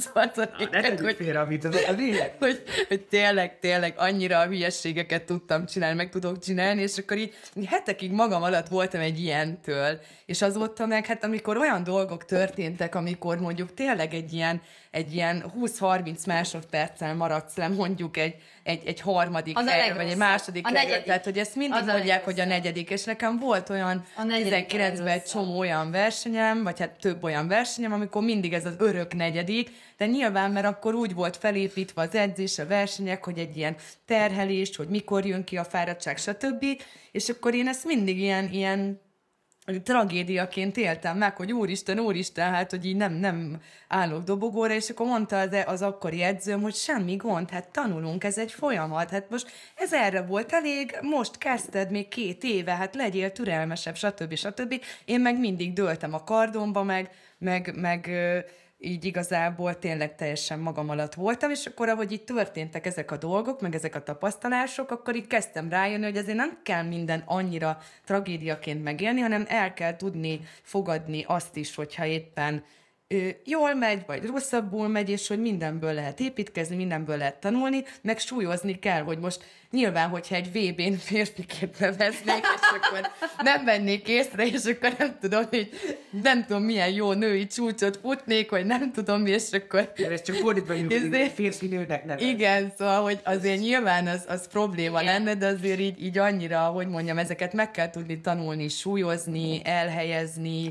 hogy tényleg annyira a hülyességeket tudtam csinálni, meg tudok csinálni, és akkor így hetekig magam alatt voltam egy ilyentől. És azóta meg, hát amikor olyan dolgok történtek, amikor mondjuk tényleg egy ilyen 20-30 másodperccel maradsz le, mondjuk egy harmadik helyre, vagy egy második helyre. Tehát, hogy ezt mindig mondják, hogy a negyedik. És nekem volt olyan 19-ben egy csomó olyan versenyem, vagy hát több olyan versenyem, amikor mindig ez az örök negyedik, de nyilván, mert akkor úgy volt felépítve az edzés, a versenyek, hogy egy ilyen terhelés, hogy mikor jön ki a fáradtság, stb. És akkor én ezt mindig ilyen tragédiaként éltem meg, hogy úristen, hát, hogy így nem állok dobogóra, és akkor mondta az akkori edzőm, hogy semmi gond, hát tanulunk, ez egy folyamat, hát most ez erre volt elég, most kezdted még 2 éve, hát legyél türelmesebb, stb. Én meg mindig dőltem a kardomba, meg így igazából tényleg teljesen magam alatt voltam, és akkor, ahogy itt történtek ezek a dolgok, meg ezek a tapasztalások, akkor így kezdtem rájönni, hogy azért nem kell minden annyira tragédiaként megélni, hanem el kell tudni fogadni azt is, hogyha éppen jól megy, vagy rosszabbul megy, és hogy mindenből lehet építkezni, mindenből lehet tanulni, meg súlyozni kell, hogy most nyilván, hogyha egy VB-n férfiként beveznék, és akkor nem vennék észre, és akkor nem tudom, milyen jó női csúcsot futnék, vagy nem tudom, és akkor... Ez csak fordítva, férfi nőnek nevez. Igen, szóval, hogy azért nyilván az probléma lenne, de azért így annyira, hogy mondjam, ezeket meg kell tudni tanulni, súlyozni, elhelyezni,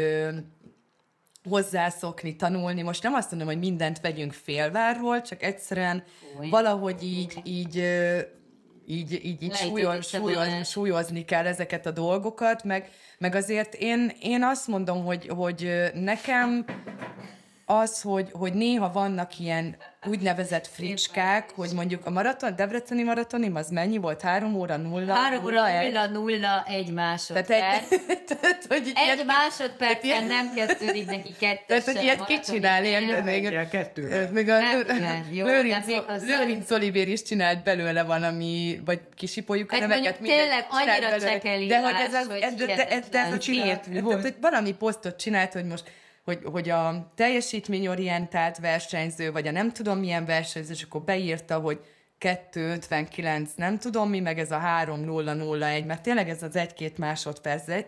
hozzászokni, tanulni. Most nem azt mondom, hogy mindent vegyünk félvárról, csak egyszerűen valahogy így súlyozni kell ezeket a dolgokat, meg azért én azt mondom, hogy nekem az, hogy néha vannak ilyen úgynevezett fricskák, hogy mondjuk a debreceni maratonim, az mennyi volt? 3 óra 0? 3 óra 0, 1 másodperc. Egy másodpercen nem kezdődik neki 2. Tehát, hogy ilyet ki csinál, ilyen 2. Még a Lőrinc Olivér is csinált belőle valami, vagy kisipoljuk a neveket. Tényleg annyira csekelítás, hogy csinált. Valami posztot csinált, hogy most hogy a teljesítményorientált versenyző, vagy a nem tudom milyen versenyző, és akkor beírta, hogy 2:59, nem tudom mi, meg ez a 3:0:01, mert tényleg ez az 1-2 másodperc, de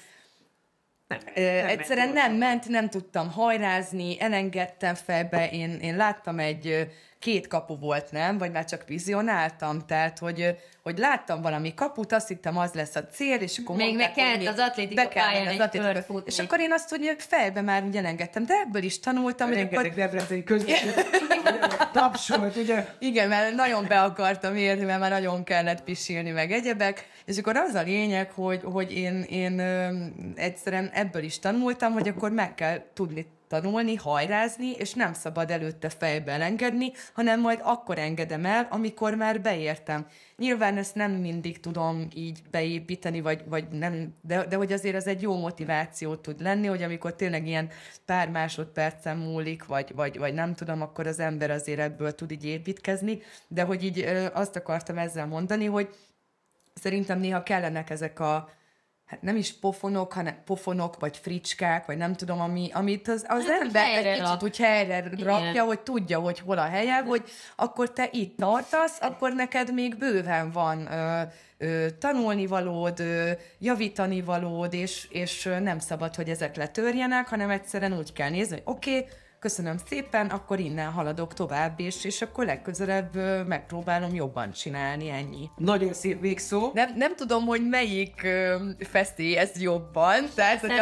egyszerűen nem ment, nem tudtam hajrázni, elengedtem fejbe, én láttam 2 kapu volt, nem? Vagy már csak vizionáltam, tehát, hogy láttam valami kaput, azt hittem, az lesz a cél, és akkor még meg kellett az atlétika pályán egy kört futni. És akkor én azt úgy fejbe már úgy elengedtem, de ebből is tanultam. Rengeteg debreceni közösség tapsolt, ugye? Igen, mert nagyon be akartam érni, mert már nagyon kellett pisilni, meg egyebek, és akkor az a lényeg, hogy én egyszerűen ebből is tanultam, hogy akkor meg kell tudni tanulni, hajrázni, és nem szabad előtte fejbe elengedni, hanem majd akkor engedem el, amikor már beértem. Nyilván ezt nem mindig tudom így beépíteni, vagy nem, de hogy azért ez egy jó motiváció tud lenni, hogy amikor tényleg ilyen pár másodpercen múlik, vagy nem tudom, akkor az ember azért ebből tud így építkezni, de hogy így azt akartam ezzel mondani, hogy szerintem néha kellenek ezek a nem is pofonok, vagy fricskák, vagy nem tudom, amit az ember egy kicsit úgy helyre rakja, hogy tudja, hogy hol a helye, hogy akkor te itt tartasz, akkor neked még bőven van tanulnivalód, javítanivalód, és nem szabad, hogy ezek letörjenek, hanem egyszerűen úgy kell nézni, hogy oké, köszönöm szépen, akkor innen haladok tovább, és akkor legközelebb megpróbálom jobban csinálni, ennyi. Nagyon szép végszó. Nem tudom, hogy melyik feszély ez jobban, tehát hogy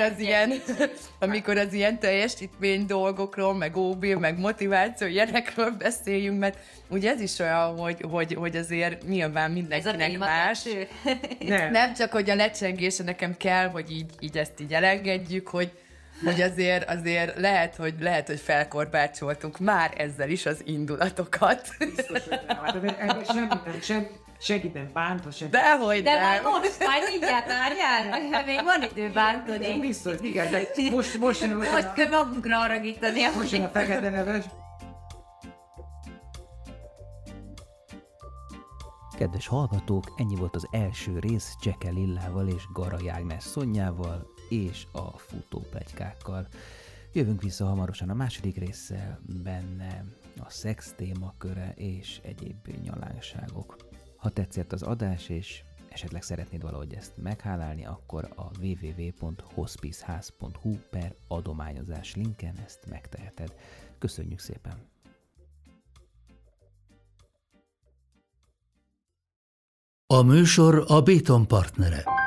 amikor az ilyen teljesítmény dolgokról, meg OB, meg motiváció, ilyenekről beszéljünk, mert ugye ez is olyan, hogy azért nyilván mindenkinek más. Nem csak, hogy a lecsengése nekem kell, hogy így ezt így elengedjük, hogy azért lehet, hogy felkorbácsoltunk már ezzel is az indulatokat. Biztos, hogy nem. Sem segít nem bántva, sem. Dehogy de nem. Most már mindjárt várjál, még van idő bántani. Biztos, igen, de most kell magunkra haragítani. Most jön a fekete neves. Kedves hallgatók, ennyi volt az első rész Cseke Lillával és Garai Ágnes Szonyával és a futópletykákkal. Jövünk vissza hamarosan a második résszel, benne a szex témaköre és egyéb nyalánságok. Ha tetszett az adás és esetleg szeretnéd valahogy ezt meghálálni, akkor a www.hospiceház.hu/adományozás linken ezt megteheted. Köszönjük szépen! A műsor a Béton partnere.